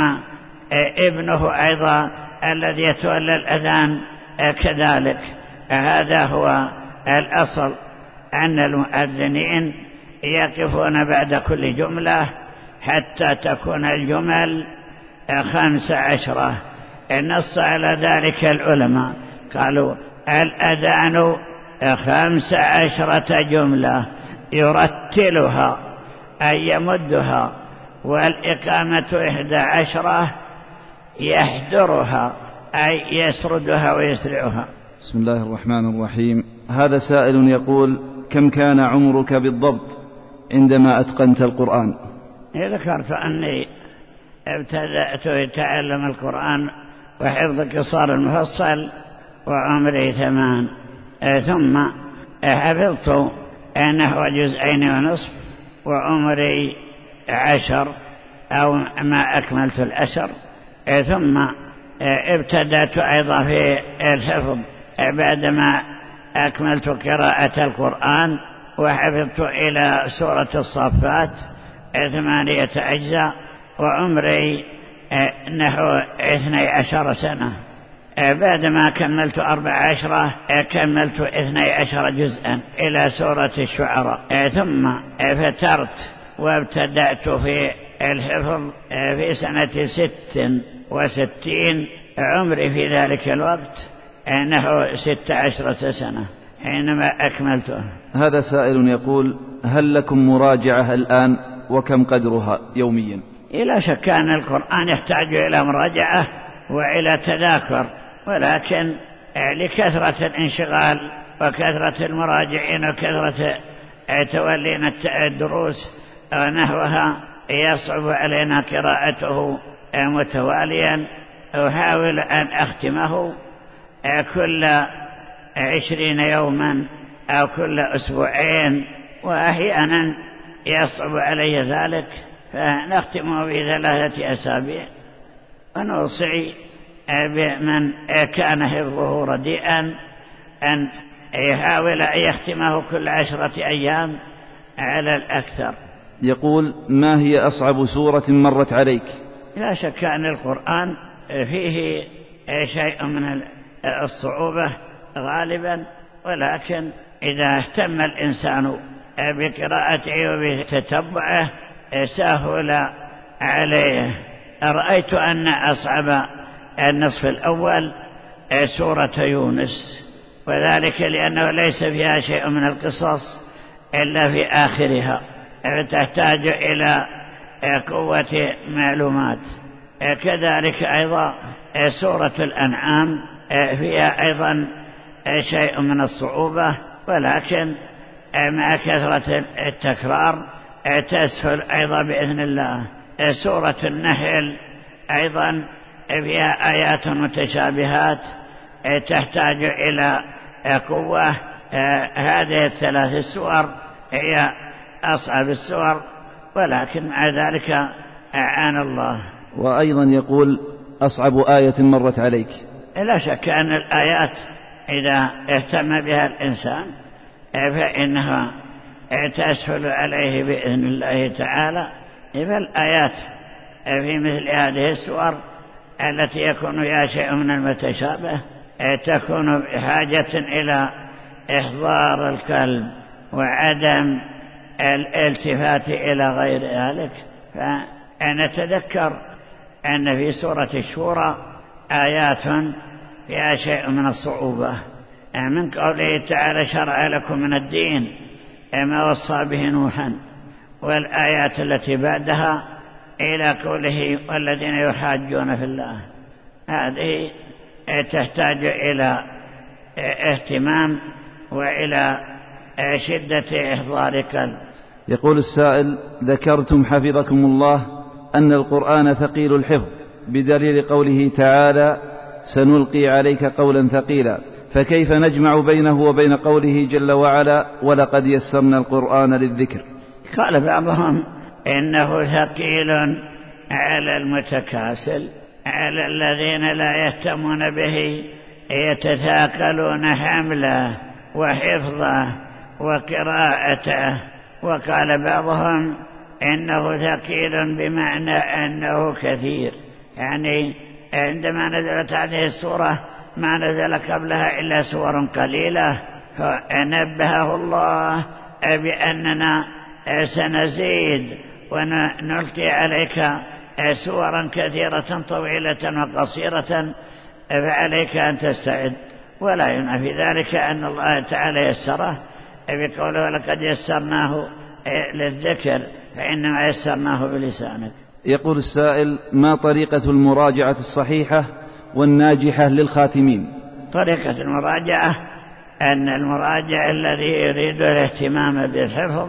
C: ابنه أيضا الذي يتولى الأذان كذلك. هذا هو الأصل، أن المؤذنين يقفون بعد كل جملة حتى تكون الجمل خمس عشرة. نص على ذلك العلماء، قالوا الأذان خمس عشرة جملة يرتلها أي يمدها، والإقامة إحدى عشرة يحضرها أي يسردها ويسرعها.
B: بسم الله الرحمن الرحيم. هذا سائل يقول: كم كان عمرك بالضبط عندما أتقنت القرآن؟
C: ذكرت أني ابتدأت أتعلم القرآن وحفظ قصار المفصل وعمري ثمان، ثم حفظت نحو جزئين ونصف وعمري عشر أو ما أكملت العشر، ثم ابتدأت أيضا في الحفظ بعدما أكملت قراءة القرآن وحفظت إلى سورة الصافات ثمانية أجزاء، وعمري نحو اثني عشر سنة. بعدما كملت أربع عشرة كملت اثني عشر جزءا إلى سورة الشعراء، ثم فترت وابتدأت في الحفظ في سنة ست وستين. عمري في ذلك الوقت نحو ست عشرة سنة حينما أكملته.
B: هذا سائل يقول: هل لكم مراجعة الآن وكم قدرها يوميا؟
C: لا شك أن القرآن يحتاج إلى مراجعة وإلى تذاكر، ولكن لكثرة الانشغال وكثرة المراجعين وكثرة تولين الدروس ونحوها يصعب علينا قراءته متواليا. أحاول أن أختمه كل عشرين يوما أو كل أسبوعين، وأحيانا يصعب علي ذلك فنختمه بثلاثة أسابيع. ونوصي بمن كان حفظه رديئا أن يحاول أن يختمه كل عشرة أيام على الأكثر.
B: يقول: ما هي أصعب سورة مرت عليك؟
C: لا شك أن القرآن فيه شيء من الصعوبة غالبا، ولكن إذا اهتم الإنسان بقراءته وبتتبعه سهل عليه. رأيت أن أصعب النصف الأول سورة يونس، وذلك لأنه ليس فيها شيء من القصص إلا في آخرها، فتحتاج إلى قوة معلومات. كذلك أيضا سورة الأنعام فيها أيضا شيء من الصعوبة، ولكن مع كثرة التكرار تسهل أيضا بإذن الله. سورة النحل أيضا فيها آيات متشابهات تحتاج إلى قوة. هذه الثلاث السور هي أصعب السور، ولكن مع ذلك أعان الله.
B: وأيضا يقول: أصعب آية مرت عليك؟
C: لا شك أن الآيات إذا اهتم بها الإنسان فإنها تسهل عليه بإذن الله تعالى. فالآيات في مثل هذه السور التي يكون فيها شيء من المتشابه تكون بحاجة إلى إحضار القلب وعدم الالتفات إلى غير ذلك. فنتذكر أن في سورة الشورى آيات فيها شيء من الصعوبة، من قوله تعالى: شرع لكم من الدين ما وصى به نوحا، والآيات التي بعدها إلى قوله: والذين يحاجون في الله. هذه تحتاج إلى اهتمام وإلى شدة إحضار قلب.
B: يقول السائل: ذكرتم حفظكم الله أن القرآن ثقيل الحفظ بدليل قوله تعالى: سنلقي عليك قولا ثقيلا، فكيف نجمع بينه وبين قوله جل وعلا: ولقد يسرنا القرآن للذكر؟
C: قال بعضهم إنه ثقيل على المتكاسل، على الذين لا يهتمون به يتثاقلون حمله وحفظه وقراءته. وقال بعضهم إنه ثقيل بمعنى أنه كثير، يعني عندما نزلت هذه السورة ما نزل قبلها إلا سور قليلة، فنبهه الله بأننا سنزيد ونلقي عليك سورا كثيرة طويلة وقصيرة، فعليك أن تستعد. ولا ينافي ذلك أن الله تعالى يسره بقوله لقد يسرناه للذكر، فإنما يسرناه بلسانك.
B: يقول السائل: ما طريقة المراجعة الصحيحة والناجحة للخاتمين؟
C: طريقة المراجعة أن المراجع الذي يريد الاهتمام بالحفظ،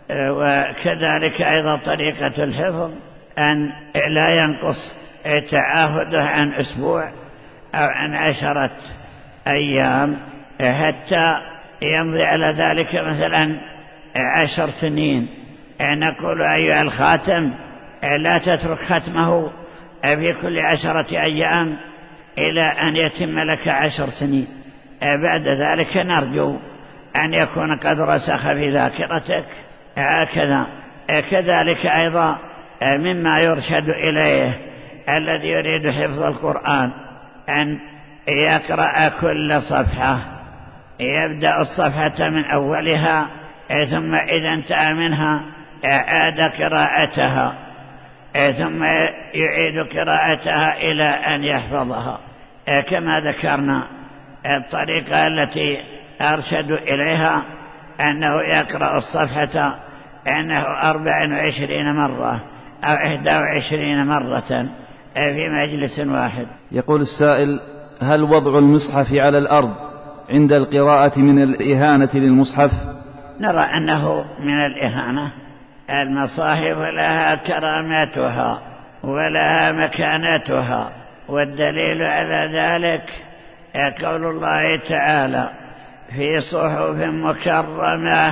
C: وكذلك أيضا طريقة الحفظ أن لا ينقص تعاهده عن أسبوع أو عن عشرة أيام حتى يمضي على ذلك مثلا عشر سنين. نقول أيها الخاتم لا تترك ختمه في كل عشرة أيام إلى أن يتم لك عشر سنين، بعد ذلك نرجو أن يكون قد رسخ في ذاكرتك. هكذا كذلك أيضا مما يرشد إليه الذي يريد حفظ القرآن أن يقرأ كل صفحة، يبدأ الصفحة من أولها ثم إذا انتهى منها أعاد قراءتها ثم يعيد قراءتها إلى أن يحفظها. كما ذكرنا الطريقة التي أرشد إليها أنه يقرأ الصفحة أنه أربع وعشرين مرة أو إحدى وعشرين مرة في مجلس واحد.
B: يقول السائل: هل وضع المصحف على الأرض عند القراءة من الإهانة للمصحف؟
C: نرى أنه من الإهانة. المصاحف لها كراماتها ولها مكانتها، والدليل على ذلك قول الله تعالى: في صحف مكرمة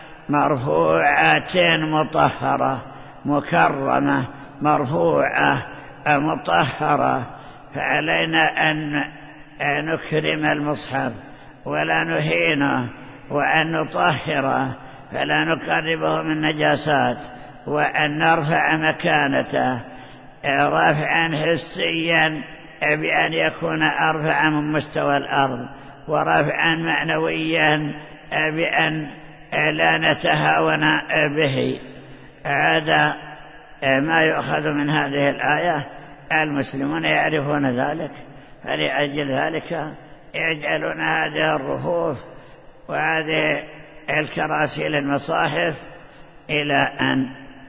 C: مرفوعة مطهرة. مكرمة مرفوعة مطهرة، فعلينا أن نكرم المصحف ولا نهينه وأن نطهره، فلا نقربه من نجاسات، وأن نرفع مكانته رافعا حسيا بأن يكون أرفع من مستوى الأرض، ورافعا معنويا بأن لا نتهاون به. هذا ما يؤخذ من هذه الآية. المسلمون يعرفون ذلك، فلأجل ذلك يجعلون هذه الرفوف وهذه الكراسي للمصاحف إلى أن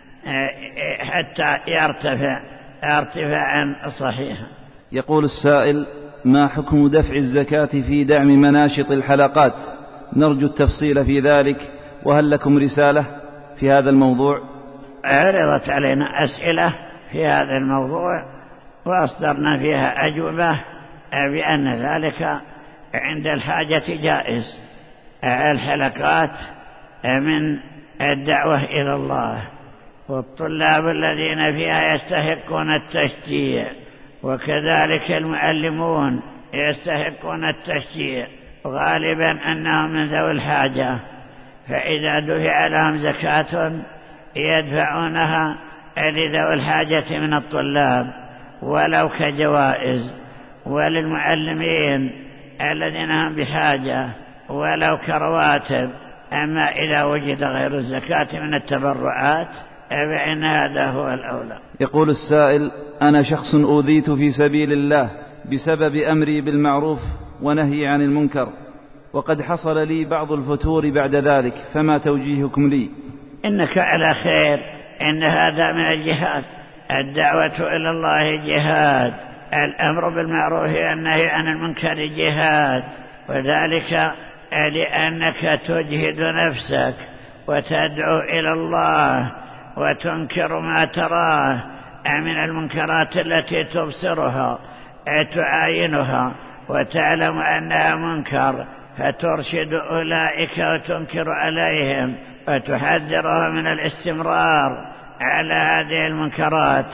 C: حتى يرتفع ارتفاعا صحيحا.
B: يقول السائل: ما حكم دفع الزكاة في دعم مناشط الحلقات؟ نرجو التفصيل في ذلك، وهل لكم رسالة في هذا الموضوع؟
C: عرضت علينا أسئلة في هذا الموضوع وأصدرنا فيها أجوبة بأن ذلك عند الحاجة جائز. الحلقات من الدعوة إلى الله، والطلاب الذين فيها يستحقون التشجيع، وكذلك المعلمون يستحقون التشجيع، غالبا أنهم من ذوي الحاجة، فإذا دفع لهم زكاة يدفعونها لذوي الحاجة من الطلاب ولو كجوائز، وللمعلمين الذين هم بحاجة ولو كرواتب. أما إذا وجد غير الزكاة من التبرعات فإن هذا هو الأولى.
B: يقول السائل: أنا شخص أوذيت في سبيل الله بسبب أمري بالمعروف ونهي عن المنكر، وقد حصل لي بعض الفتور بعد ذلك، فما توجيهكم لي؟
C: إنك على خير. إن هذا من الجهاد. الدعوة إلى الله جهاد، الأمر بالمعروف والنهي عن المنكر جهاد، وذلك لأنك تجهد نفسك وتدعو إلى الله وتنكر ما تراه من المنكرات التي تبصرها تعاينها وتعلم أنها منكر، فترشد أولئك وتنكر عليهم وتحذرهم من الاستمرار على هذه المنكرات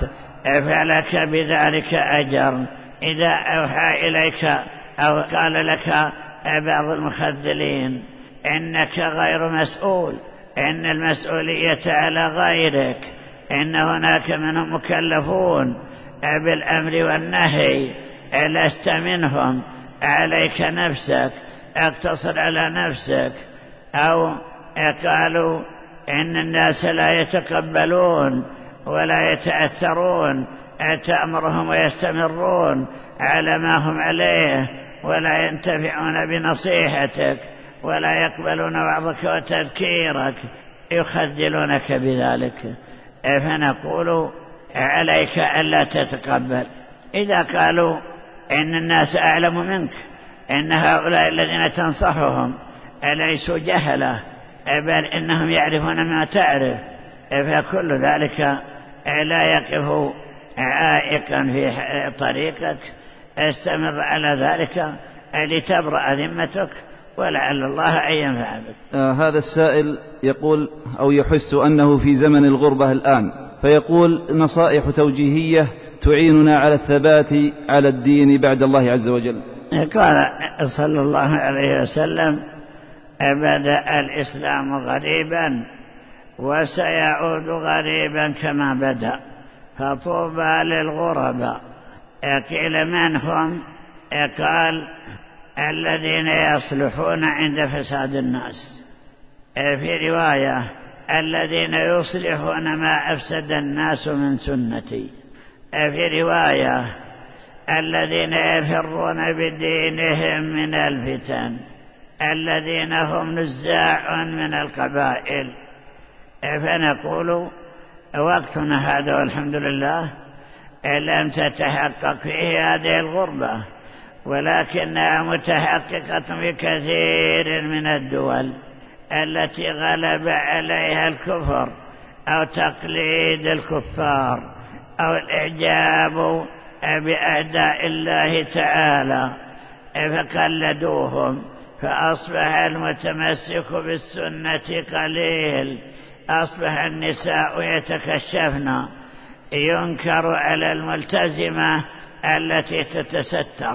C: فلك بذلك أجر. إذا أوحى إليك أو قال لك بعض المخذلين إنك غير مسؤول، إن المسؤولية على غيرك، إن هناك منهم مكلفون بالأمر والنهي، لست منهم، عليك نفسك، اقتصر على نفسك. أو قالوا إن الناس لا يتقبلون ولا يتأثرون، تأمرهم ويستمرون على ما هم عليه ولا ينتفعون بنصيحتك ولا يقبلون وعظك وتذكيرك، يخذلونك بذلك. فنقول عليك ألا تتقبل. إذا قالوا إن الناس أعلم منك، إن هؤلاء الذين تنصحهم أليسوا جهلة، بل إنهم يعرفون ما تعرف، فكل ذلك لا يقف عائقا في طريقك. استمر على ذلك لتبرأ ذمتك ولعل الله أن ينفع بك.
B: آه هذا السائل يقول أو يحس أنه في زمن الغربة الآن، فيقول نصائح توجيهية تعيننا على الثبات على الدين بعد الله عز وجل.
C: قال صلى الله عليه وسلم: بدأ الإسلام غريبا وسيعود غريبا كما بدأ، فطوبى للغرباء. قيل من هم؟ قال: الذين يصلحون عند فساد الناس. في رواية: الذين يصلحون ما أفسد الناس من سنتي. في رواية: الذين يفرون بدينهم من الفتن، الذين هم نزاع من القبائل. فنقول وقتنا هذا والحمد لله لم تتحقق فيه هذه الغربة، ولكنها متحققة في كثير من الدول التي غلب عليها الكفر أو تقليد الكفار أو الإعجاب بأعداء الله تعالى، فقلدوهم، فأصبح المتمسك بالسنة قليل، أصبح النساء يتكشفن، ينكر على الملتزمة التي تتستر،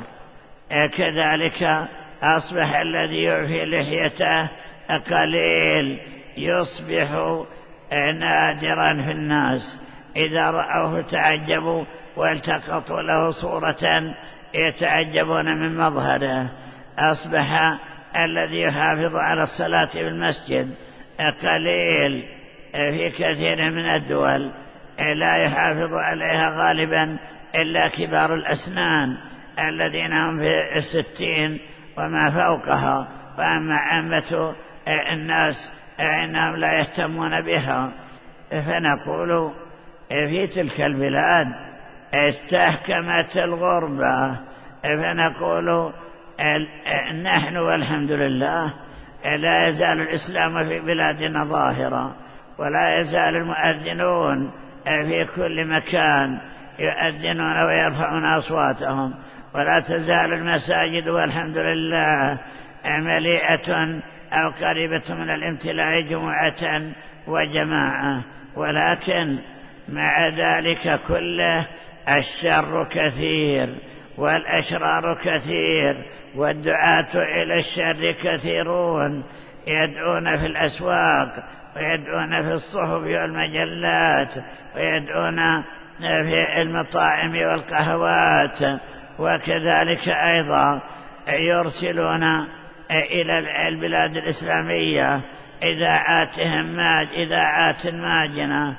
C: كذلك أصبح الذي يعفي لحيته قليل، يصبح نادرا في الناس، إذا رأوه تعجبوا والتقطوا له صورة يتعجبون من مظهره. أصبح الذي يحافظ على الصلاة في المسجد قليل في كثير من الدول، لا يحافظ عليها غالبا إلا كبار الأسنان الذين هم في الستين وما فوقها، وأما عامة الناس إنهم لا يهتمون بها. فنقول في تلك البلاد استحكمت الغربة، فنقول نحن والحمد لله لا يزال الإسلام في بلادنا ظاهرا، ولا يزال المؤذنون في كل مكان يؤذنون ويرفعون أصواتهم، ولا تزال المساجد والحمد لله مليئة أو قريبة من الامتلاء جمعة وجماعة. ولكن مع ذلك كله الشر كثير والأشرار كثير، والدعاة إلى الشر كثيرون، يدعون في الأسواق ويدعون في الصحف والمجلات ويدعون في المطاعم والقهوات، وكذلك أيضا يرسلون إلى البلاد الإسلامية إذاعاتهم إذاعات ماجنة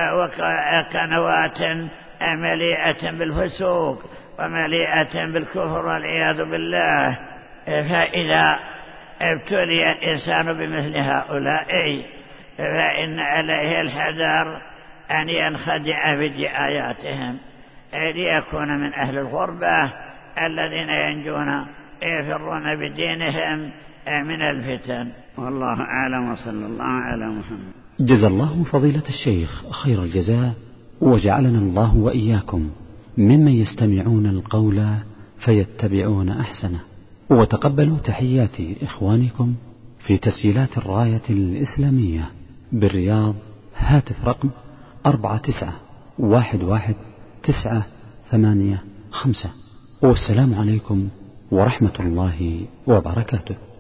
C: وقنوات مليئة بالفسوق ومليئة بالكفر والعياذ بالله. فإذا ابتلي الإنسان بمثل هؤلاء فإن عليه الحذر أن ينخدع بدعاياتهم ليكون من أهل الغربة الذين ينجون يفرون بدينهم من الفتن. والله أعلم، وصلى الله على محمد.
A: جزا الله فضيلة الشيخ خير الجزاء، وجعلنا الله وإياكم ممن يستمعون القول فيتبعون أحسنه. وتقبلوا تحيات إخوانكم في تسجيلات الراية الإسلامية بالرياض، هاتف رقم أربعة تسعة واحد واحد تسعة ثمانية خمسة. والسلام عليكم ورحمة الله وبركاته.